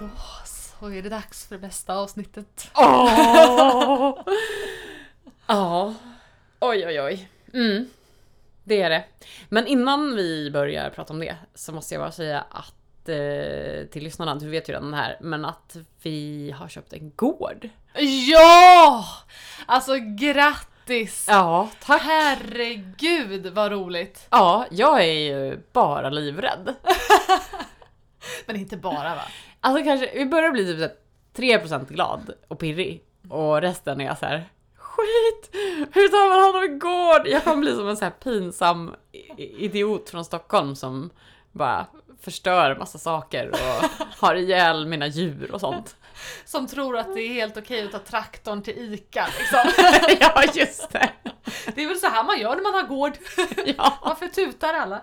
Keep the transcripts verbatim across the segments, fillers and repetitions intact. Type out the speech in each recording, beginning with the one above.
Så är det dags för det bästa avsnittet. Åh! Ja. Oj, oj, oj. Mm. Det är det. Men innan vi börjar prata om det så måste jag bara säga att eh, till lyssnarna, du vet ju redan här, men att vi har köpt en gård. Ja! Alltså grattis! Ja, tack. Herregud vad roligt. Ja, jag är ju bara livrädd. Men inte bara, va? Alltså kanske, vi börjar bli typ tre procent glad och pirrig. Och resten är så här: skit! Hur tar man hand om en gård? Jag kan bli som en så här pinsam idiot från Stockholm som bara förstör massa saker och har ihjäl mina djur och sånt. Som tror att det är helt okej att ta traktorn till Ica, liksom. Ja, just det. Det är väl så här man gör när man har gård. Ja. Varför tutar alla?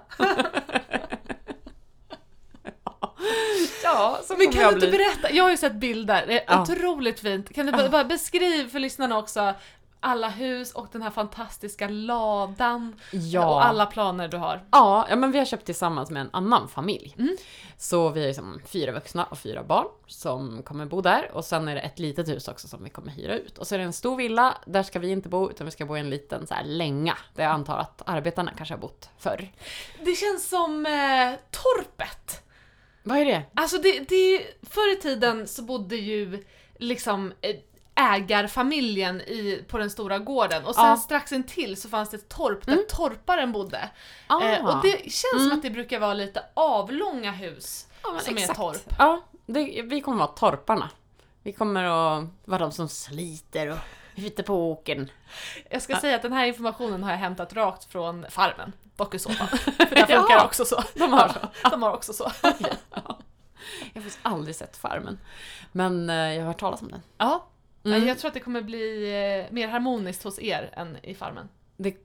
Ja, så Men kan jag du inte bli... berätta? Jag har ju sett bilder, det är Ja. otroligt fint. Kan du bara, bara beskriva för lyssnarna också alla hus och den här fantastiska ladan Ja. och alla planer du har. Ja, ja, men vi har köpt tillsammans med en annan familj. Mm. Så vi är liksom fyra vuxna och fyra barn som kommer bo där. Och sen är det ett litet hus också som vi kommer hyra ut. Och så är det en stor villa, där ska vi inte bo utan vi ska bo i en liten så här länga. Där jag antar att arbetarna kanske har bott förr. Det känns som eh, torpet. Vad är det? Alltså det, det, förr i tiden så bodde ju liksom eh, ägarfamiljen i, på den stora gården. Och sen Ja. strax in till så fanns det ett torp där Mm. torparen bodde. Ah. Eh, och det känns Mm. som att det brukar vara lite avlånga hus Ja, men som exakt. är torp. Ja, det, vi kommer vara torparna. Vi kommer att vara de som sliter och ute på åken. Jag ska säga att den här informationen har jag hämtat rakt från farmen, dokusåpan. För det funkar Ja, också så. de har så. De har också så. Ja. Jag har faktiskt aldrig sett Farmen. Men eh, jag har hört talas om den. Ja, Mm. jag tror att det kommer bli eh, mer harmoniskt hos er än i farmen. Det,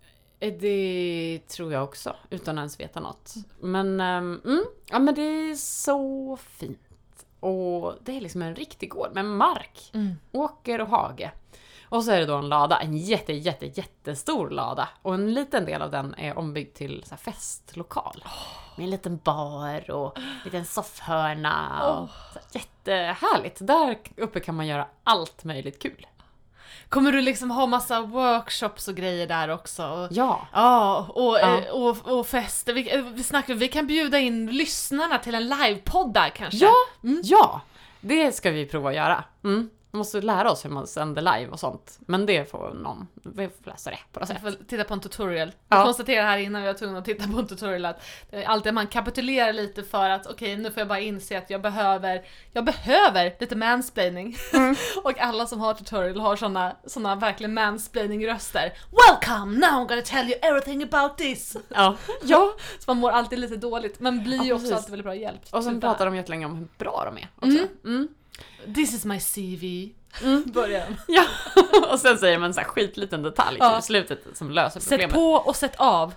det tror jag också, utan att ens veta något. Men, ehm, mm, ja, men det är så fint. Och det är liksom en riktig gård med mark, Mm. åker och hage. Och så är det då en lada, en jätte, jätte, jättestor lada. Och en liten del av den är ombyggd till så här festlokal. Med en liten bar och en liten soffhörna. Och så här, jättehärligt. Där uppe kan man göra allt möjligt kul. Kommer du liksom ha massa workshops och grejer där också? Och, Ja. ja, och, Ja. eh, och, och fester. Vi, eh, vi snackar, vi kan bjuda in lyssnarna till en livepodd där kanske. Ja, Mm. ja, det ska vi prova att göra. Mm. Vi måste lära oss hur man sänder live och sånt. Men det får någon, vi får läsa det på något Vi sätt. får titta på en tutorial. Ja. Jag konstaterar här innan vi var tvungna att titta på en tutorial att det är alltid att man kapitulerar lite för att okej, nu får jag bara inse att jag behöver jag behöver lite mansplaining. Mm. Och alla som har tutorial har såna, såna verkligen mansplaining-röster. Welcome! Now I'm gonna tell you everything about this! Ja, ja. Så man mår alltid lite dåligt, men blir ju Ja, också precis. alltid väldigt bra hjälp. Och sen Tyvärr. pratar de jättelänge om hur bra de är också. Mm. Mm. This is my C V. Mm. Början. Ja, och sen säger man en så här skitliten detalj Ja. i slutet som löser Sätt problemet. på och sätt av.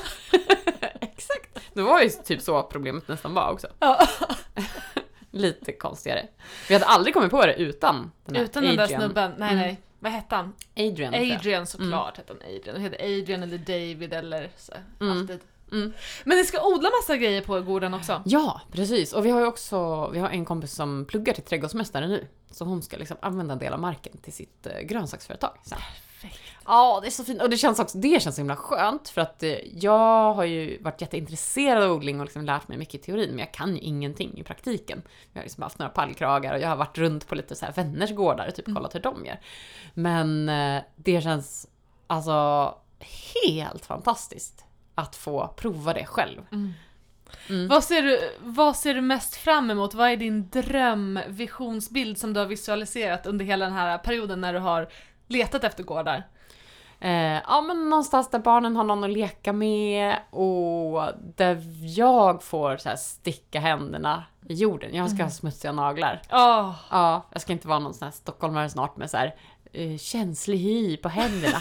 Exakt. Det var ju typ så problemet nästan var också. Ja. Lite konstigare. Vi hade aldrig kommit på det utan den här Utan den där Adrian. snubben. Nej, Mm. nej. Vad hette han? Adrian. tror jag. Adrian såklart hette han Adrian. Han heter Adrian eller David eller så. Mm. Alltid. Mm. Men ni ska odla massa grejer på gården också. Ja, precis. Och vi har ju också vi har en kompis som pluggar till trädgårdsmästare nu. Så hon ska liksom använda en del av marken till sitt eh, grönsaksföretag. Så. Perfekt. Ja, det är så fint. Och det känns också, det känns så himla skönt för att eh, jag har ju varit jätteintresserad av odling och liksom lärt mig mycket i teorin, men jag kan ju ingenting i praktiken. Jag har liksom haft några pallkragar och jag har varit runt på lite så här vänners gårdar och typ kollat hur de gör. Men eh, det känns alltså helt fantastiskt att få prova det själv. Mm. Mm. Vad, ser du, vad ser du mest fram emot? Vad är din drömvisionsbild som du har visualiserat under hela den här perioden när du har letat efter gårdar? Eh, ja, men någonstans där barnen har någon att leka med och där jag får så här sticka händerna i jorden. Jag ska ha smutsiga naglar. Åh, Ja, jag ska inte vara någon sån här stockholmare snart med så här eh, känslig hy på händerna.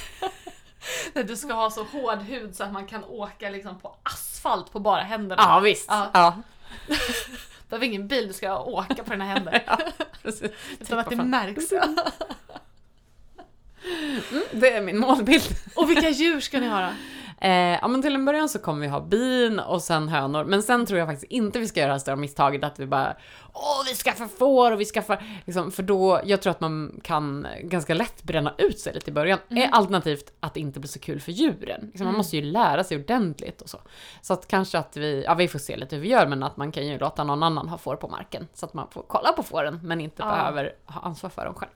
när du ska ha så hård hud så att man kan åka liksom på asfalt på bara händerna. Ja, visst. Ja. Ja. Du behöver ingen bil, du ska åka på dina händer. Ja, precis. Utan att det Tippa märks. Mm, det är min målbild. Och vilka djur ska ni ha då? Eh, ja, men till en början så kommer vi ha bin och sen hönor. Men sen tror jag faktiskt inte vi ska göra det stora misstaget att vi bara, åh, vi skaffar får och vi skaffar, liksom, för då, jag tror att man kan ganska lätt bränna ut sig lite i början. Mm. Eh, alternativt att det inte blir så kul för djuren. Liksom, man Mm. måste ju lära sig ordentligt och så. Så att kanske att vi, ja, vi får se lite hur vi gör, men att man kan ju låta någon annan ha får på marken. Så att man får kolla på fåren, men inte Ja. behöver ha ansvar för dem själv.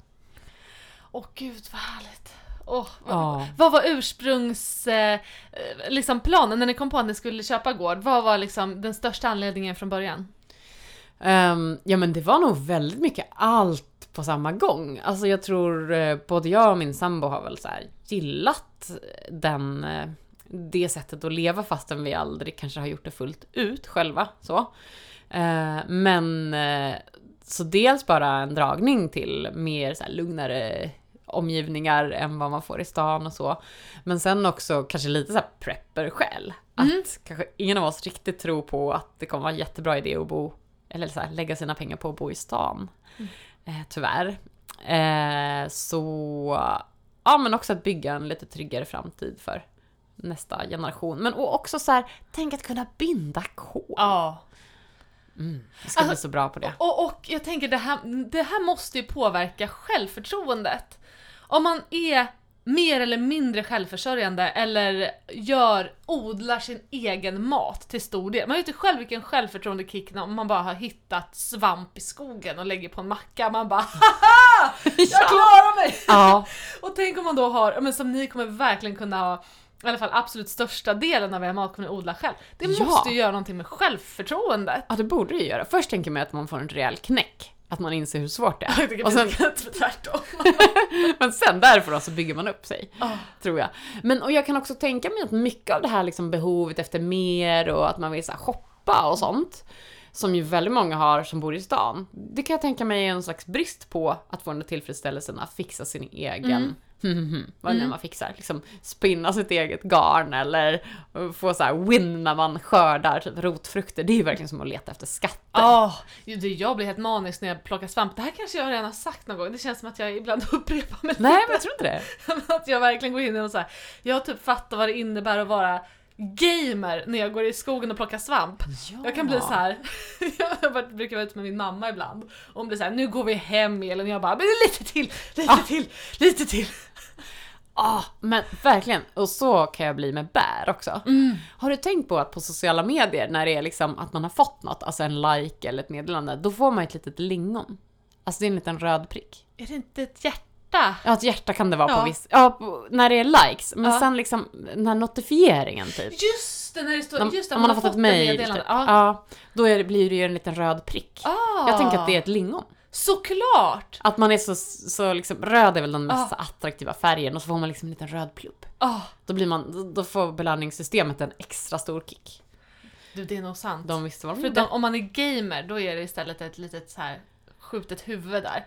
Åh gud vad härligt. Åh, vad, Ja. vad var ursprungs eh, liksom planen när ni kom på att ni skulle köpa gård? Vad var liksom den största anledningen från början? Um, ja, men det var nog väldigt mycket allt på samma gång. Alltså jag tror eh, både jag och min sambo har väl så här gillat den, eh, det sättet att leva fastän vi aldrig kanske har gjort det fullt ut själva. Så. Eh, men eh, så dels bara en dragning till mer så här lugnare omgivningar än vad man får i stan och så. Men sen också kanske lite så här prepper-skäl. Mm. Att kanske ingen av oss riktigt tror på att det kommer vara en jättebra idé att bo, eller så här, lägga sina pengar på att bo i stan. Mm. Eh, tyvärr. Eh, så ja, men också att bygga en lite tryggare framtid för nästa generation. Men och också så här, tänk att kunna binda kol. Ja. Mm, det ska Alltså, bli så bra på det. Och, och jag tänker det här, det här måste ju påverka självförtroendet. Om man är mer eller mindre självförsörjande eller gör, odlar sin egen mat till stor del. Man vet ju själv vilken självförtroendekick om man bara har hittat svamp i skogen och lägger på en macka. Man bara, haha! Jag klarar mig! Ja. Och tänk om man då har, men som ni kommer verkligen kunna ha, i alla fall absolut största delen av er mat kommer ni odla själv. Det Ja. måste ju göra någonting med självförtroendet. Ja, det borde det ju göra. Först tänker man att man får en rejäl knäck. Att man inser hur svårt det är. Jag tycker Och sen, det tvärtom. men sen därifrån så bygger man upp sig, Oh. tror jag. Men och jag kan också tänka mig att mycket av det här liksom behovet efter mer och att man vill så här shoppa och sånt, som ju väldigt många har som bor i stan. Det kan jag tänka mig är en slags brist på att få den tillfredsställelsen att fixa sin egen Mm. vad mm. man fixar, liksom spinna sitt eget garn eller få så här win när man skördar typ rotfrukter. Det är ju verkligen som att leta efter skatter. Ja, oh, jag blir helt manisk när jag plockar svamp. Det här kanske jag redan har sagt någon gång. Det känns som att jag ibland upprepar mig lite. Nej, men jag tror inte det. Att jag verkligen går in och så här. Jag typ fattar vad det innebär att vara gamer när jag går i skogen och plockar svamp. Ja. Jag kan bli så här. Jag brukar vara ute med min mamma ibland. Och hon blir så här, nu går vi hem Elin. Och jag bara, men lite till, lite Ah. till, lite till. Ah, men verkligen. Och så kan jag bli med bär också. Mm. Har du tänkt på att på sociala medier, när det är liksom att man har fått något, alltså en like eller ett meddelande, då får man ett litet lingon. Alltså det är en liten röd prick. Är det inte ett hjärta? Ja, ett hjärta kan det vara Ja. på viss... Ja, på, när det är likes. Men Ja. sen liksom, den här notifieringen typ. Just det, när det står, När, just det, om man har fått ett mejl, meddelande. typ. Ja. Ja, då är det, blir det ju en liten röd prick. Ah. Jag tänker att det är ett lingon. Såklart! Att man är så, så liksom, röd är väl den mest Ah. attraktiva färgen och så får man liksom en liten röd plupp. Ah. Då blir man, då- då får belöningssystemet en extra stor kick. Du, det är nog sant. De visste vad de Förutom gjorde. om man är gamer, då är det istället ett litet så här skjutet huvud där.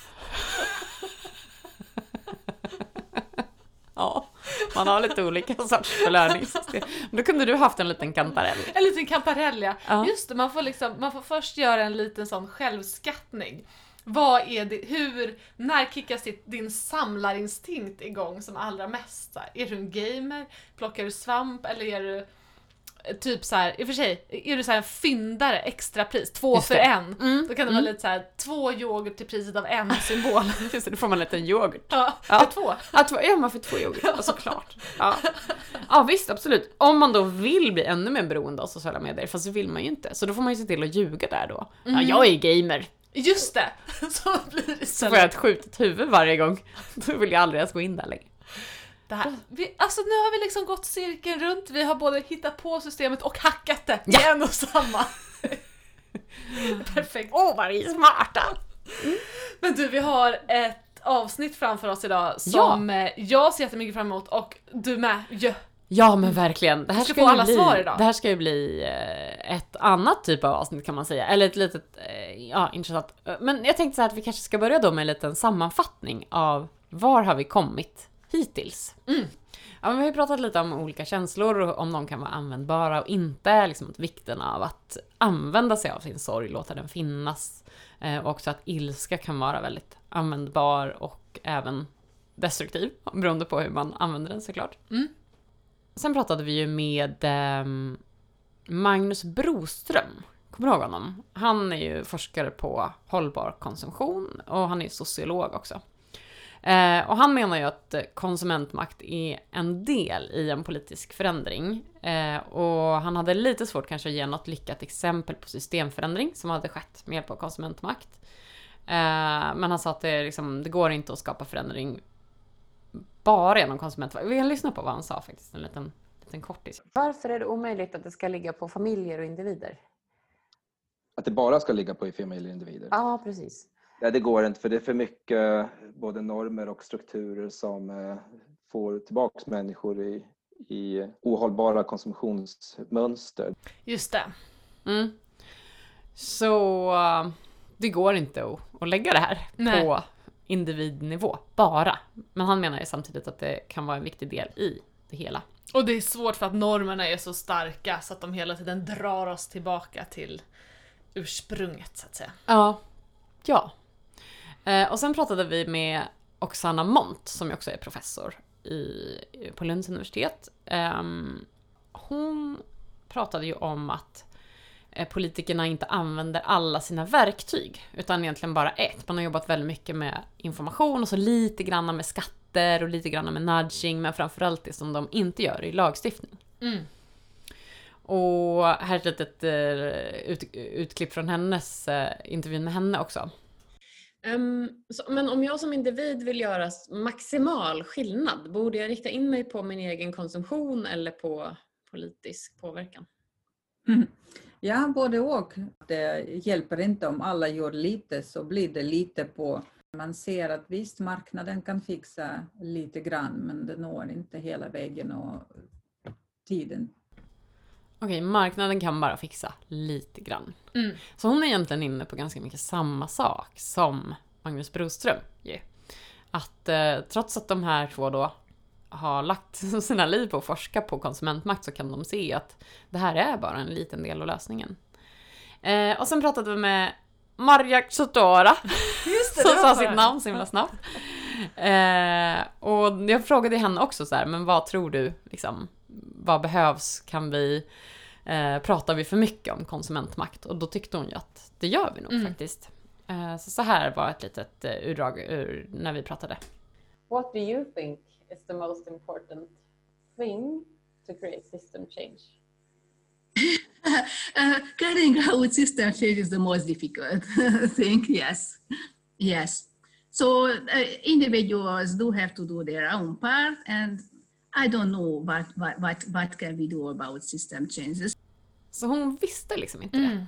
Ja, man har lite olika sorts belöningssystem. Men då kunde du haft en liten kantarell. En liten kantarell, ja. Ja. Just det, man får, liksom, man får först göra en liten sån självskattning. Vad är det, hur, när kickas ditt, din samlarinstinkt igång som allra mest? Så här, är du en gamer? Plockar du svamp? Eller är du eh, typ så här, i och för sig, är du så här en fyndare, extrapris, två Just för det. en? Mm. Då kan det vara lite så här, två yoghurt till priset av en symbol. Just det, då får man en liten yoghurt. Ja, Ja. för två. Ja, två, ja, man får två yoghurt, ja, såklart. Ja. Ja, visst, absolut. Om man då vill bli ännu mer beroende av sociala medier, fast så vill man ju inte. Så då får man ju se till att ljuga där då. Ja, Mm. jag är gamer. Just det! Så blir det Så får jag ett skjutet huvud varje gång. Då vill jag aldrig ens gå in där längre. Det här, vi, alltså nu har vi liksom gått cirkeln runt, vi har både hittat på systemet och hackat det. Ja. Det är en och samma. Perfekt. Åh, vad vi är smarta! Men du, vi har ett avsnitt framför oss idag som eh, jag ser jättemycket fram emot och du med. Ja. Ja, men verkligen. Det här Du ska ska, få ju alla bli, svar idag. Det här ska ju bli eh, ett annat typ av avsnitt kan man säga. Eller ett litet, eh, ja, intressant. Men jag tänkte så här att vi kanske ska börja då med en liten sammanfattning av var har vi kommit hittills. Mm. Ja, men vi har ju pratat lite om olika känslor och om de kan vara användbara och inte. Liksom att vikten av att använda sig av sin sorg, låta den finnas. Eh, och också att ilska kan vara väldigt användbar och även destruktiv, beroende på hur man använder den såklart. Mm. sen pratade vi ju med eh, Magnus Broström. Kommer du ihåg honom? Han är ju forskare på hållbar konsumtion och han är sociolog också. Eh, och han menar ju att konsumentmakt är en del i en politisk förändring. Eh, och han hade lite svårt kanske att ge något lyckat exempel på systemförändring som hade skett med hjälp av konsumentmakt. Eh, men han sa att det, liksom, det går inte att skapa förändring bara genom konsumentmakt. Vi kan lyssna på vad han sa faktiskt, en liten, liten kortis. Varför är det omöjligt att det ska ligga på familjer och individer? Att det bara ska ligga på familjer och individer? Ja, precis. Nej, det går inte, för det är för mycket både normer och strukturer som eh, får tillbaka människor i, i ohållbara konsumtionsmönster. Just det. Mm. Så uh, det går inte att, att lägga det här Nej. på individnivå, bara. Men han menar ju samtidigt att det kan vara en viktig del i det hela. Och det är svårt för att normerna är så starka så att de hela tiden drar oss tillbaka till ursprunget, så att säga. Ja, ja. Eh, och sen pratade vi med Oksana Mont, som också är professor i, på Lunds universitet. Eh, hon pratade ju om att eh, politikerna inte använder alla sina verktyg, utan egentligen bara ett. Man har jobbat väldigt mycket med information och så lite grann med skatter och lite grann med nudging, men framförallt det som de inte gör i lagstiftning. Mm. Och här är ett litet uh, ut, utklipp från hennes uh, intervju med henne också. Um, så, men om jag som individ vill göra maximal skillnad, borde jag rikta in mig på min egen konsumtion eller på politisk påverkan? Mm. Ja, både och. Det hjälper inte om alla gör lite, så blir det lite på. Man ser att visst, marknaden kan fixa lite grann, men det når inte hela vägen och tiden. Okej, marknaden kan bara fixa lite grann. Mm. Så hon är egentligen inne på ganska mycket samma sak som Magnus Broström. Yeah. Att eh, trots att de här två då har lagt sina liv på att forska på konsumentmakt, så kan de se att det här är bara en liten del av lösningen. Eh, och sen pratade vi med Marja Sotora, Just det, som sa sitt namn så himla snabbt. Eh, och jag frågade henne också så här, men vad tror du, liksom, vad behövs? Kan vi, eh, pratar vi för mycket om konsumentmakt? Och då tyckte hon ju att det gör vi nog mm. faktiskt. Eh, så, så här var ett litet eh, urdrag ur när vi pratade. What do you think is the most important thing to create system change? uh, carrying out system change is the most difficult thing, yes. Yes. So uh, individuals do have to do their own part, and I don't know what, what, what, what can we do about system changes. Så hon visste liksom inte mm. det.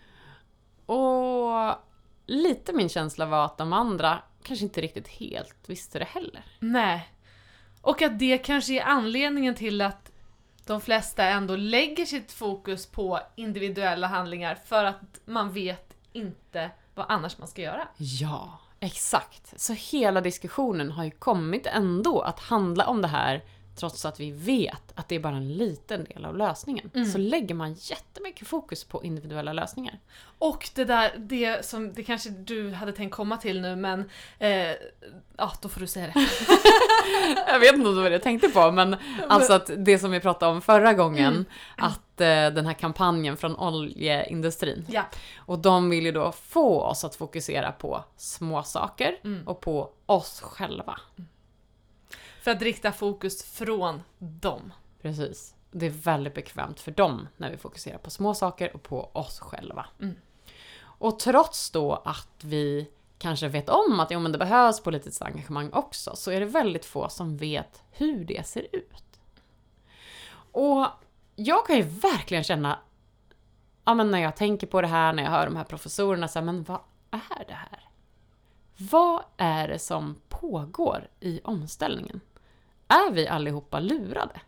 Och lite min känsla var att de andra kanske inte riktigt helt visste det heller. Nej. Och att det kanske är anledningen till att de flesta ändå lägger sitt fokus på individuella handlingar, för att man vet inte vad annars man ska göra. Ja, exakt. Så hela diskussionen har ju kommit ändå att handla om det här, trots att vi vet att det är bara en liten del av lösningen. Mm. Så lägger man jättemycket fokus på individuella lösningar. Och det där, det som det kanske du hade tänkt komma till nu, men eh, ja, då får du säga det. Jag vet inte vad jag tänkte på, men alltså att det som vi pratade om förra gången, mm. att eh, den här kampanjen från oljeindustrin. Ja. Och de vill ju då få oss att fokusera på små saker mm. och på oss själva. Mm. För att rikta fokus från dem. Precis. Det är väldigt bekvämt för dem när vi fokuserar på små saker och på oss själva. Mm. Och trots då att vi kanske vet om att ja, men det behövs politiskt engagemang också, så är det väldigt få som vet hur det ser ut. Och jag kan ju verkligen känna, ja, men när jag tänker på det här, när jag hör de här professorerna, så här, men vad är det här? Vad är det som pågår i omställningen? Är vi allihopa lurade?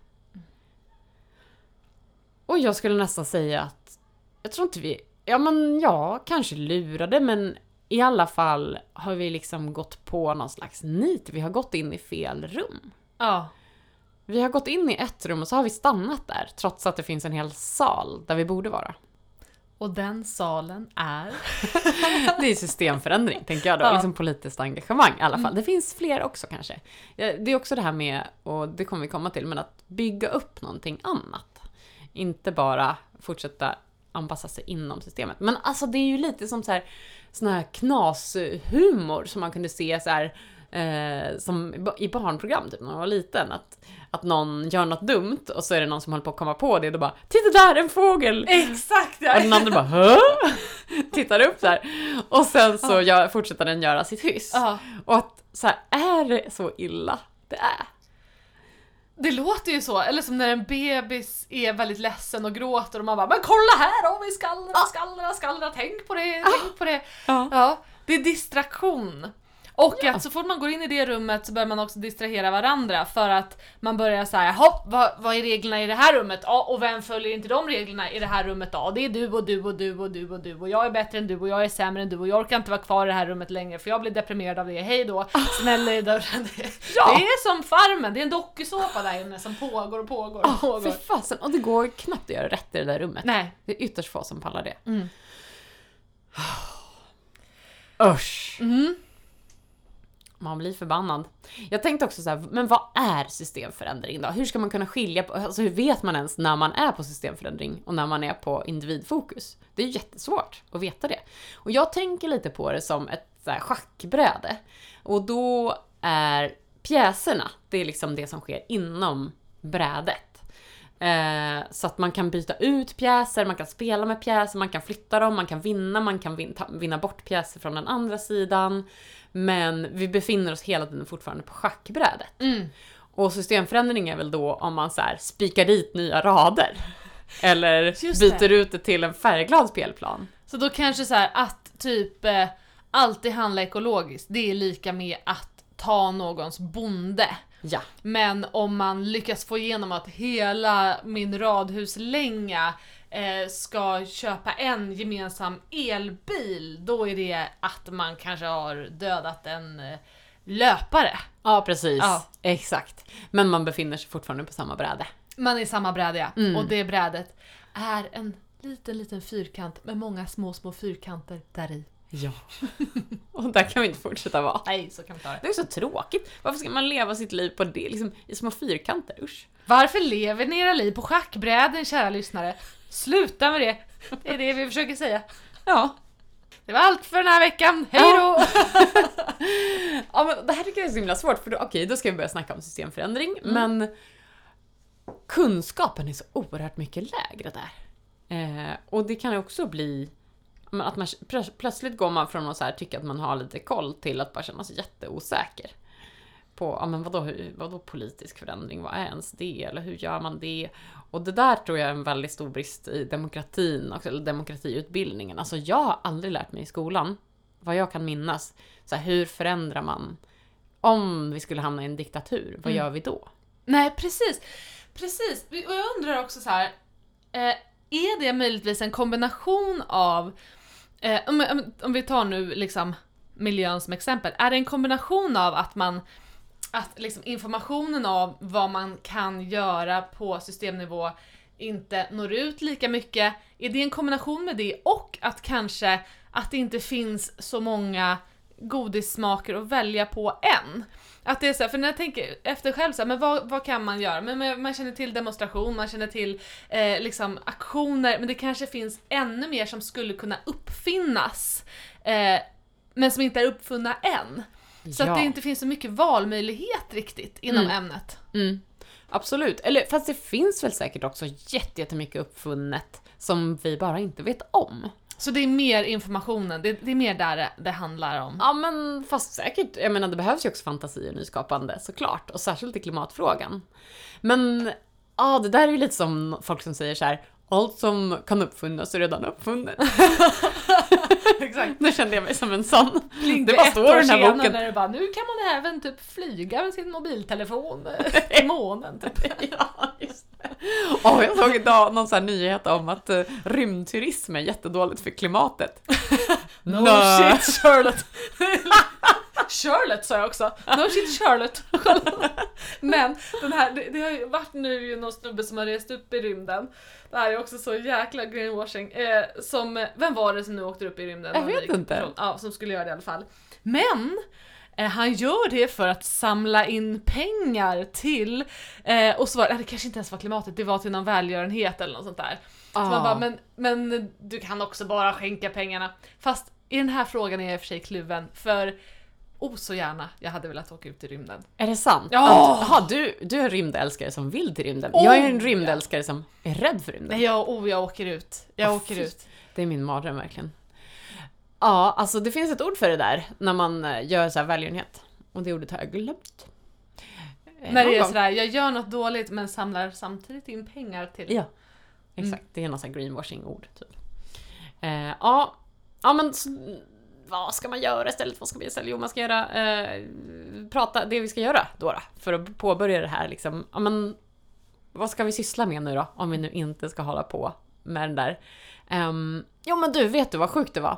Och jag skulle nästan säga att jag tror inte vi, ja men ja, kanske lurade, men i alla fall har vi liksom gått på någon slags nit. Vi har gått in i fel rum. Ja. Vi har gått in i ett rum och så har vi stannat där, trots att det finns en hel sal där vi borde vara. Och den salen är... Det är systemförändring, tänker jag då. Ja. Liksom politiskt engagemang i alla fall. Det finns fler också kanske. Det är också det här med, och det kommer vi komma till, men att bygga upp någonting annat. Inte bara fortsätta anpassa sig inom systemet. Men alltså det är ju lite som så här, sån här knashumor som man kunde se så här, eh, som i barnprogram typ när man var liten. Att, att någon gör något dumt och så är det någon som håller på att komma på det och då bara, titta där, en fågel! Exakt! Ja. Och den andra bara, hö? Tittar upp där. Och sen så gör, fortsätter den göra sitt hyss. Ja. Och att så här, är det så illa det är? Det låter ju så, eller som när en bebis är väldigt ledsen och gråter och man bara, men kolla här då, vi skallrar, skallrar, skallrar, tänk på det, tänk på det. Ja. Ja, det är distraktion. Och Ja. att så fort man går in i det rummet så börjar man också distrahera varandra för att man börjar säga, hopp, vad, vad är reglerna i det här rummet? Ja, och vem följer inte de reglerna i det här rummet då? Det är du och du och du och du och du och jag är bättre än du och jag är sämre än du och jag orkar inte vara kvar i det här rummet längre för jag blir deprimerad av det. Hej då, snälla i dörren. Ja. Det är som Farmen, det är en dokusåpa där inne som pågår och pågår och Oh, pågår. för fasen. Och det går knappt att göra rätt i det där rummet. Nej. Det är ytterst få som pallar det. Mm. Usch. Mm. Man blir förbannad. Jag tänkte också så här, men vad är systemförändring då? Hur ska man kunna skilja på, alltså hur vet man ens när man är på systemförändring och när man är på individfokus? Det är jättesvårt att veta det. Och jag tänker lite på det som ett så här, schackbräde. Och då är pjäserna, det är liksom det som sker inom brädet. Eh, så att man kan byta ut pjäser, man kan spela med pjäser, man kan flytta dem, man kan vinna, man kan vinna, vinna bort pjäser från den andra sidan. Men vi befinner oss hela tiden fortfarande på schackbrädet. Mm. Och systemförändring är väl då om man så här spikar dit nya rader. Eller Just byter det. ut det till en färgglad spelplan. Så då kanske så här att typ eh, alltid handla ekologiskt, det är lika med att ta någons bonde. Ja. Men om man lyckas få igenom att hela min radhuslänga eh, ska köpa en gemensam elbil, då är det att man kanske har dödat en eh, löpare. Ja, precis. Ja. Exakt. Men man befinner sig fortfarande på samma bräde. Man är i samma bräde, ja. Mm. Och det brädet är en liten, liten fyrkant med många små, små fyrkanter där i. Ja. Och där kan vi inte fortsätta vara. Nej, så kan vi ta det. Det är så tråkigt. Varför ska man leva sitt liv på det? Liksom, i små fyrkanter, usch. Varför lever ni era liv på schackbräden, kära lyssnare? Sluta med det. Det är det vi försöker säga. Ja. Det var allt för den här veckan. Hej då! Ja, men det här tycker jag är så himla svårt. För då, okej, då ska vi börja snacka om systemförändring. Mm. Men kunskapen är så oerhört mycket lägre där. Eh, och det kan ju också bli men att man plö- plötsligt går man från att så här, tycka att man har lite koll till att bara känna sig jätteosäker. På, ja men vadå, hur, vadå politisk förändring? Vad är ens det? Eller hur gör man det? Och det där tror jag är en väldigt stor brist i demokratin också, eller demokratiutbildningen. Alltså jag har aldrig lärt mig i skolan, vad jag kan minnas, så här, hur förändrar man om vi skulle hamna i en diktatur? Vad Mm. gör vi då? Nej, precis. Precis. Och jag undrar också så här, eh, är det möjligtvis en kombination av, eh, om, om, om vi tar nu liksom miljön som exempel, är det en kombination av att man att liksom informationen av vad man kan göra på systemnivå inte når ut lika mycket? Är det en kombination med det och att kanske att det inte finns så många godissmaker att välja på än? Att det är så här, för när jag tänker efter själv så här, men vad, vad kan man göra? Men man, man känner till demonstration, man känner till eh, liksom aktioner, men det kanske finns ännu mer som skulle kunna uppfinnas eh, men som inte är uppfunna än. Så Ja. att det inte finns så mycket valmöjlighet riktigt inom Mm. ämnet. Mm. Absolut. Eller, fast det finns väl säkert också jätte- jättemycket uppfunnet som vi bara inte vet om. Så det är mer informationen, det, det är mer där det, det handlar om. Ja, men fast säkert. Jag menar, det behövs ju också fantasi och nyskapande, såklart. Och särskilt i klimatfrågan. Men ja, det där är ju lite som folk som säger så här: allt som kan uppfunnas är redan uppfunnet. Exakt. Nu kände jag mig som en sån. Det Det bara ett står i år den här senare boken. när det bara, nu kan man även typ flyga med sin mobiltelefon till månen typ. Ja, just det. Oh, jag såg idag någon sån här nyhet om att uh, rymdturism är jättedåligt för klimatet. No Nö. shit, Charlotte. Charlotte sa jag också. No shit Charlotte. Men den här, det, det har ju varit nu ju någon snubbe som har rest upp i rymden. Det här är också så jäkla greenwashing. Eh, som, vem var det som nu åkte upp i rymden? Jag vet inte. Person, ja, som skulle göra det i alla fall. Men eh, han gör det för att samla in pengar till, eh, och så var det, det kanske inte ens var klimatet, det var till någon välgörenhet eller något sånt där. Så Ah. man bara, men, men du kan också bara skänka pengarna. Fast i den här frågan är jag i och för sig kluven, för oh så gärna, jag hade velat åka ut i rymden. Är det sant? Ja! Aha, du, du är en rymdälskare som vill till rymden. Oh, jag är en rymdälskare som är rädd för rymden. Nej, jag, oh, jag åker ut. Jag Oh, åker fy. ut. Det är min mardröm verkligen. Ja, alltså det finns ett ord för det där när man eh, gör så här välgörenhet. Och det ordet har jag glömt. Eh, När någon det är gång. sådär, jag gör något dåligt men samlar samtidigt in pengar till. Ja, exakt. Det är någon sån här greenwashing-ord typ. Eh, ja, ja, men så, vad ska man göra istället? Vad ska vi istället? Jo, man ska göra, eh, prata, det vi ska göra då, då för att påbörja det här liksom. Ja, men vad ska vi syssla med nu då? Om vi nu inte ska hålla på med den där. Um, jo, men du, vet du vad sjukt det var?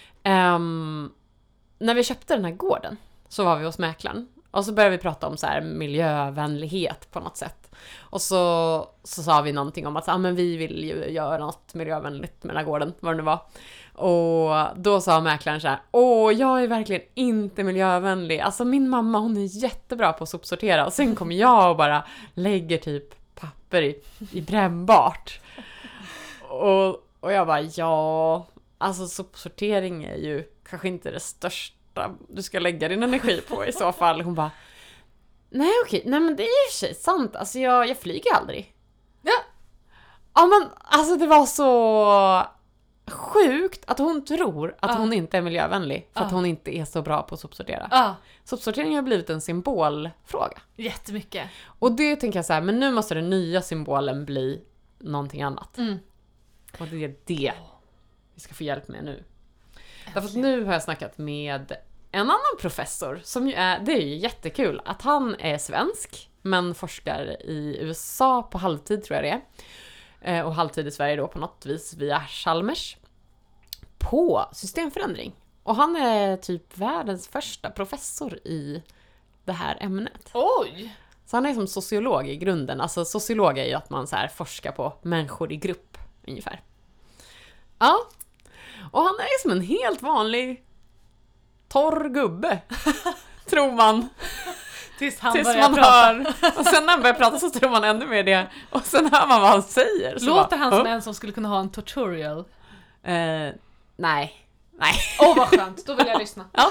Um, när vi köpte den här gården så var vi hos mäklaren. Och så började vi prata om så här miljövänlighet på något sätt. Och så, så sa vi någonting om att ah, men vi vill ju göra något miljövänligt med den här gården, vad det nu var. Och då sa mäklaren så här: åh, jag är verkligen inte miljövänlig. Alltså min mamma, hon är jättebra på att sopsortera. Och sen kommer jag och bara lägger typ papper i, i brännbart. Och, och jag bara, ja, alltså sopsortering är ju kanske inte det största du ska lägga din energi på i så fall. Hon bara, nej okej, nej men det är ju sig sant. Alltså jag, jag flyger aldrig. Ja. Ja men alltså det var så sjukt att hon tror att Ja. hon inte är miljövänlig för Ja. att hon inte är så bra på att sopsortera. Ja, Sopsortering har blivit en symbolfråga. jättemycket. Och det tänker jag så här, men nu måste den nya symbolen bli någonting annat. Mm. Och det är det vi ska få hjälp med nu. Därför att nu har jag snackat med en annan professor som ju är, det är ju jättekul att han är svensk men forskar i U S A på halvtid tror jag det är. Och halvtid i Sverige då på något vis via Chalmers på systemförändring. Och han är typ världens första professor i det här ämnet. Oj! Så han är som sociolog i grunden. Alltså sociolog är ju att man så här forskar på människor i grupp ungefär. Ja. Och han är som en helt vanlig torr gubbe. Tror man. Tills han Tills börjar man prata. hör. Och sen när han börjar prata så tror man ännu mer det. Och sen hör man vad han säger. Så Låter bara, han som "Åh." en som skulle kunna ha en tutorial? Eh, nej. Nej. Åh, oh, vad skönt. Då vill jag lyssna. Ja.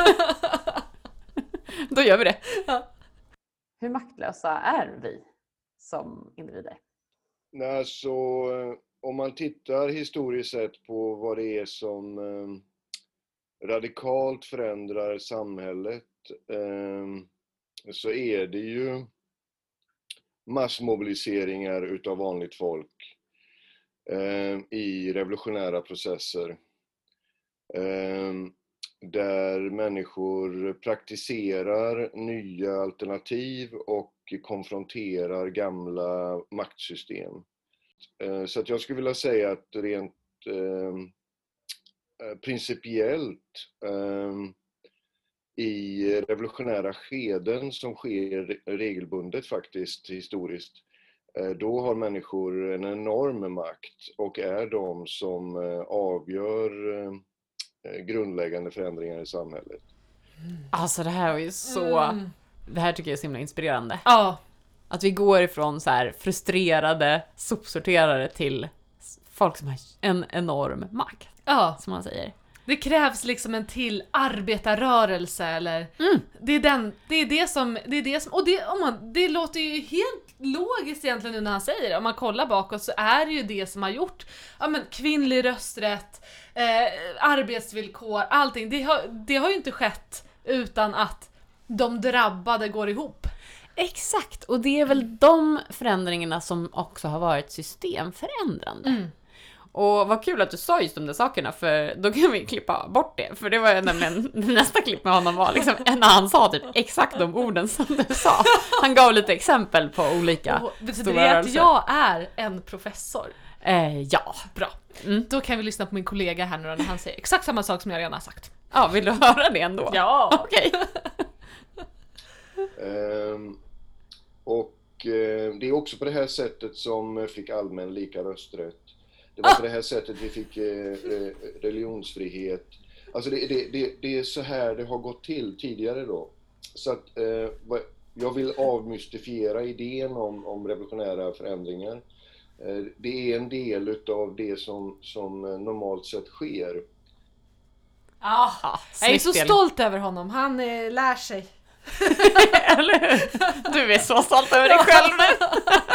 Då gör vi det. Ja. Hur maktlösa är vi som individer? Nej, så om man tittar historiskt sett på vad det är som eh, radikalt förändrar samhället eh, så är det ju massmobiliseringar utav vanligt folk eh, i revolutionära processer. Eh, där människor praktiserar nya alternativ och konfronterar gamla maktsystem. Så att jag skulle vilja säga att rent eh, principiellt eh, i revolutionära skeden som sker regelbundet faktiskt historiskt, eh, då har människor en enorm makt och är de som eh, avgör eh, grundläggande förändringar i samhället. Alltså det här är ju så... Mm. Det här tycker jag är så himla inspirerande. Ja. Att vi går ifrån så här frustrerade sopsorterare till folk som har en enorm makt, Ja. som man säger. Det krävs liksom en till arbetarrörelse eller Mm. det är den det är det som det är det som och det om man det låter ju helt logiskt egentligen nu när han säger det. Om man kollar bakåt så är det ju det som har gjort ja men kvinnlig rösträtt, eh, arbetsvillkor, allting. Det har det har ju inte skett utan att de drabbade går ihop. Exakt, och det är väl de förändringarna som också har varit systemförändrande. Mm. Och vad kul att du sa just de där sakerna, för då kan vi klippa bort det. För det var ju nämligen nästa klipp med honom var liksom när han sa typ exakt de orden som du sa. Han gav lite exempel på olika Och betyder stora det att rörelser. jag är en professor? Eh, ja. Bra. Mm. Då kan vi lyssna på min kollega här nu då, när han säger exakt samma sak som jag redan har sagt. Ja, vill du höra det ändå? Ja. Okej. Ehm, och eh, det är också på det här sättet som fick allmän lika rösträtt. Det var Ah! på det här sättet vi fick eh, religionsfrihet. Alltså det, det, det, det är så här det har gått till tidigare då. Så att eh, jag vill avmystifiera idén om, om revolutionära förändringar. Eh, det är en del utav det som, som normalt sett sker. Ah, Ja, jag är så snyggt, stolt över honom, han eh, lär sig. Eller hur? Du är så stolt över dig själv nu.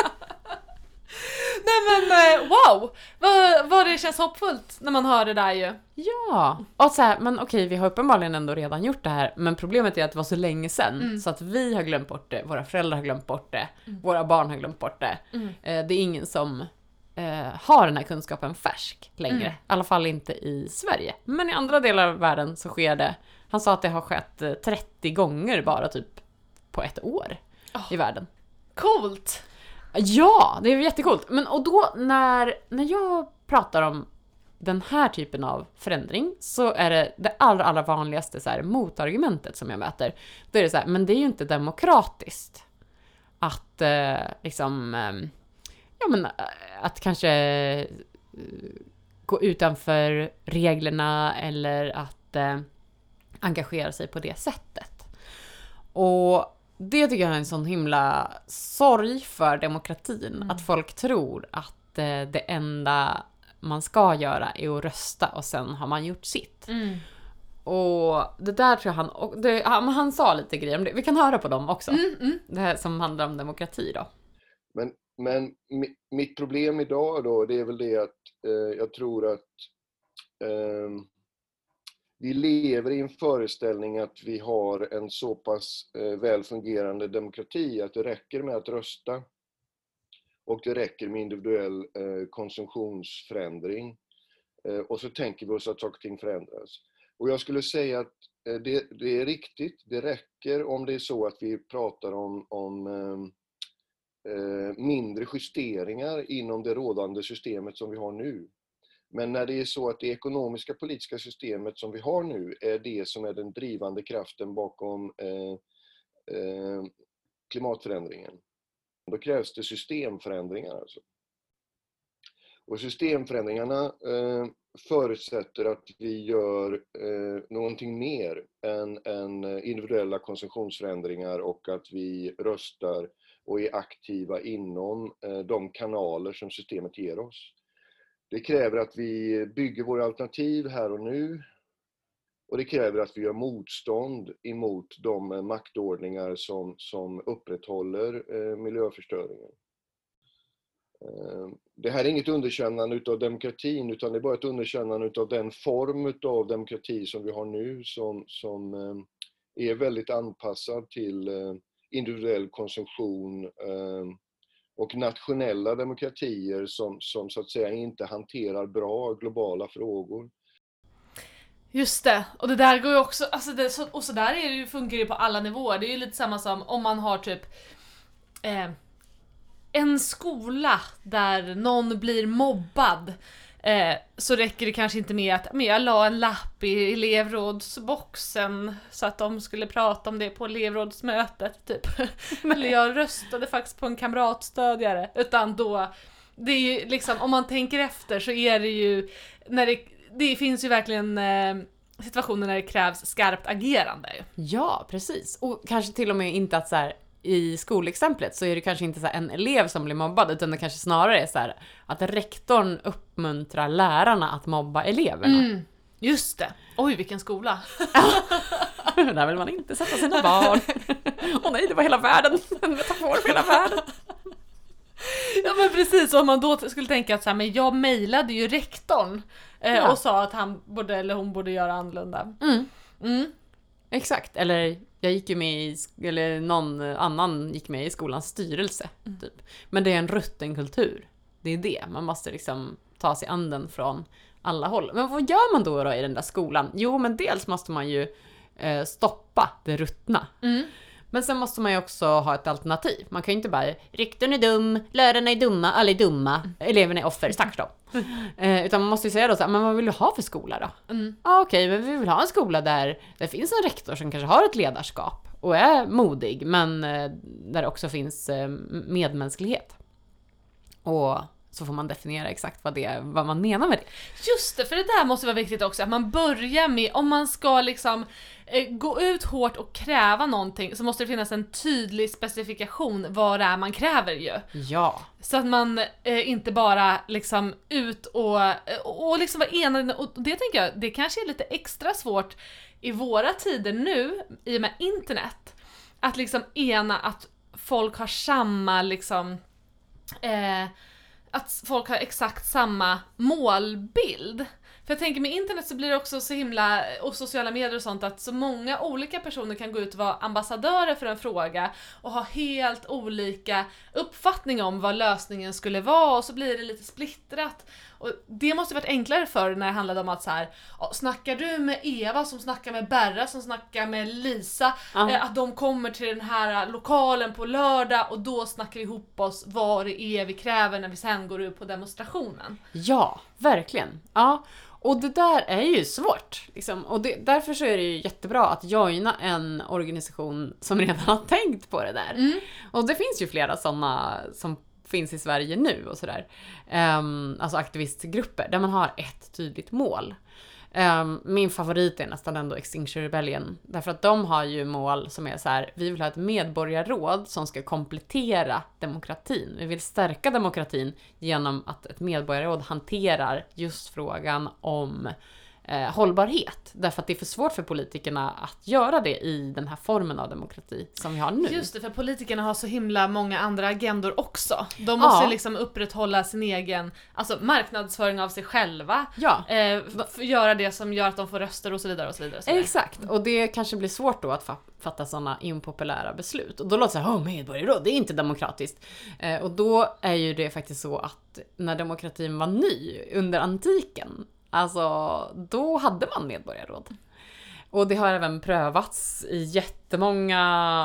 Nej men eh, wow, vad, vad det känns hoppfullt när man hör det där ju. Ja, och så här, men okej, vi har uppenbarligen ändå redan gjort det här, men problemet är att det var så länge sedan, Mm. så att vi har glömt bort det, våra föräldrar har glömt bort det, våra barn har glömt bort det. Mm. Eh, det är ingen som eh, har den här kunskapen färsk längre, Mm. i alla fall inte i Sverige. Men i andra delar av världen så sker det, han sa att det har skett eh, trettio gånger bara typ på ett år Oh. i världen. Coolt! Ja, det är jättecoolt. Men och då när, när jag pratar om den här typen av förändring så är det det allra, allra vanligaste så här, motargumentet som jag möter. Då är det så här, men det är ju inte demokratiskt att eh, liksom eh, ja men eh, att kanske eh, gå utanför reglerna eller att eh, engagera sig på det sättet. Och det tycker jag är en sån himla sorg för demokratin. Mm. Att folk tror att eh, det enda man ska göra är att rösta och sen har man gjort sitt. Mm. Och det där tror jag han... Och det, han, han sa lite grejer om det. Vi kan höra på dem också. Mm, mm. Det här som handlar om demokrati då. Men, men mi- mitt problem idag då, det är väl det att eh, jag tror att eh, vi lever i en föreställning att vi har en så pass eh, väl fungerande demokrati att det räcker med att rösta. Och det räcker med individuell eh, konsumtionsförändring. Eh, och så tänker vi oss att saker och ting förändras. Och jag skulle säga att eh, det, det är riktigt, det räcker om det är så att vi pratar om, om eh, eh, mindre justeringar inom det rådande systemet som vi har nu. Men när det är så att det ekonomiska politiska systemet som vi har nu är det som är den drivande kraften bakom eh, eh, klimatförändringen, då krävs det systemförändringar. Alltså. Och systemförändringarna eh, förutsätter att vi gör eh, någonting mer än, än individuella konsumtionsförändringar och att vi röstar och är aktiva inom eh, de kanaler som systemet ger oss. Det kräver att vi bygger våra alternativ här och nu. Och det kräver att vi gör motstånd emot de maktordningar som, som upprätthåller eh, miljöförstöringen. Eh, det här är inget underkännande av demokratin, utan det är bara ett underkännande av den form av demokrati som vi har nu som, som eh, är väldigt anpassad till eh, individuell konsumtion eh, och nationella demokratier som, som så att säga inte hanterar bra globala frågor. Just det, och det där går ju också, alltså det, så, och så där är det ju, funkar det på alla nivåer. Det är ju lite samma som om man har typ eh, en skola där någon blir mobbad. Eh, så räcker det kanske inte med att men jag la en lapp i elevrådsboxen så att de skulle prata om det på elevrådsmötet typ. Eller jag röstade faktiskt på en kamratstödjare. Utan då, det är ju liksom, om man tänker efter så är det ju, när det, det finns ju verkligen eh, situationer när det krävs skarpt agerande. Ja, precis. Och kanske till och med inte att så här, i skolexemplet så är det kanske inte så här en elev som blir mobbad, utan det kanske snarare är så här att rektorn uppmuntrar lärarna att mobba eleverna. Mm, just det. Oj, vilken skola. Där vill man inte sätta sina barn. Åh nej, det var hela världen. En metafor för hela världen. Ja men precis, om man då skulle tänka att så här, men jag mejlade ju rektorn eh, Ja. och sa att han borde eller hon borde göra annorlunda. Mm. Mm. Exakt, eller jag gick ju med i, eller någon annan gick med i skolans styrelse typ. Men det är en rutten kultur. Det är det, man måste liksom ta sig anden från alla håll. Men vad gör man då, då i den där skolan? Jo, men dels måste man ju eh, stoppa det ruttna. Mm. Men sen måste man ju också ha ett alternativ. Man kan ju inte bara, rektorn är dum, lärarna är dumma, alla är dumma, eleverna är offer, stackars dem. Eh, utan man måste ju säga då så här, men vad vill du ha för skola då? Mm. Ja, okej, men vi vill ha en skola där det finns en rektor som kanske har ett ledarskap och är modig, men eh, där det också finns eh, medmänsklighet. Och så får man definiera exakt vad, det, vad man menar med det. Just det, för det där måste vara viktigt också, att man börjar med, om man ska liksom eh, gå ut hårt och kräva någonting, så måste det finnas en tydlig specifikation vad det är man kräver ju. Ja. Så att man eh, inte bara liksom ut och, och liksom vara enad, och det tänker jag, det kanske är lite extra svårt i våra tider nu, i och med internet, att liksom ena att folk har samma liksom eh, att folk har exakt samma målbild. För jag tänker med internet så blir det också så himla, och sociala medier och sånt, att så många olika personer kan gå ut och vara ambassadörer för en fråga och ha helt olika uppfattning om vad lösningen skulle vara, och så blir det lite splittrat. Och det måste varit enklare för när det handlade om att så här, snackar du med Eva som snackar med Berra som snackar med Lisa, Ja. eh, att de kommer till den här lokalen på lördag och då snackar vi ihop oss vad det är vi kräver när vi sen går ut på demonstrationen. Ja, verkligen. Ja. Och det där är ju svårt. Liksom. Och det, därför så är det ju jättebra att joina en organisation som redan har tänkt på det där. Mm. Och det finns ju flera sådana som finns i Sverige nu och sådär. Um, alltså aktivistgrupper där man har ett tydligt mål. Um, min favorit är nästan ändå Extinction Rebellion. Därför att de har ju mål som är så här: vi vill ha ett medborgarråd som ska komplettera demokratin. Vi vill stärka demokratin genom att ett medborgarråd hanterar just frågan om eh, hållbarhet. Därför att det är för svårt för politikerna att göra det i den här formen av demokrati som vi har nu. Just det, för politikerna har så himla många andra agendor också. De måste Ja. liksom upprätthålla sin egen, alltså marknadsföring av sig själva. Ja. Eh, f- göra det som gör att de får röster och så vidare och så vidare. Och så vidare. Exakt, och det kanske blir svårt då att fa- fatta sådana impopulära beslut. Och då låter det så här, åh medborgarråd, det är inte demokratiskt. Eh, och då är ju det faktiskt så att när demokratin var ny under antiken, alltså då hade man medborgarråd. Och det har även prövats i jättemånga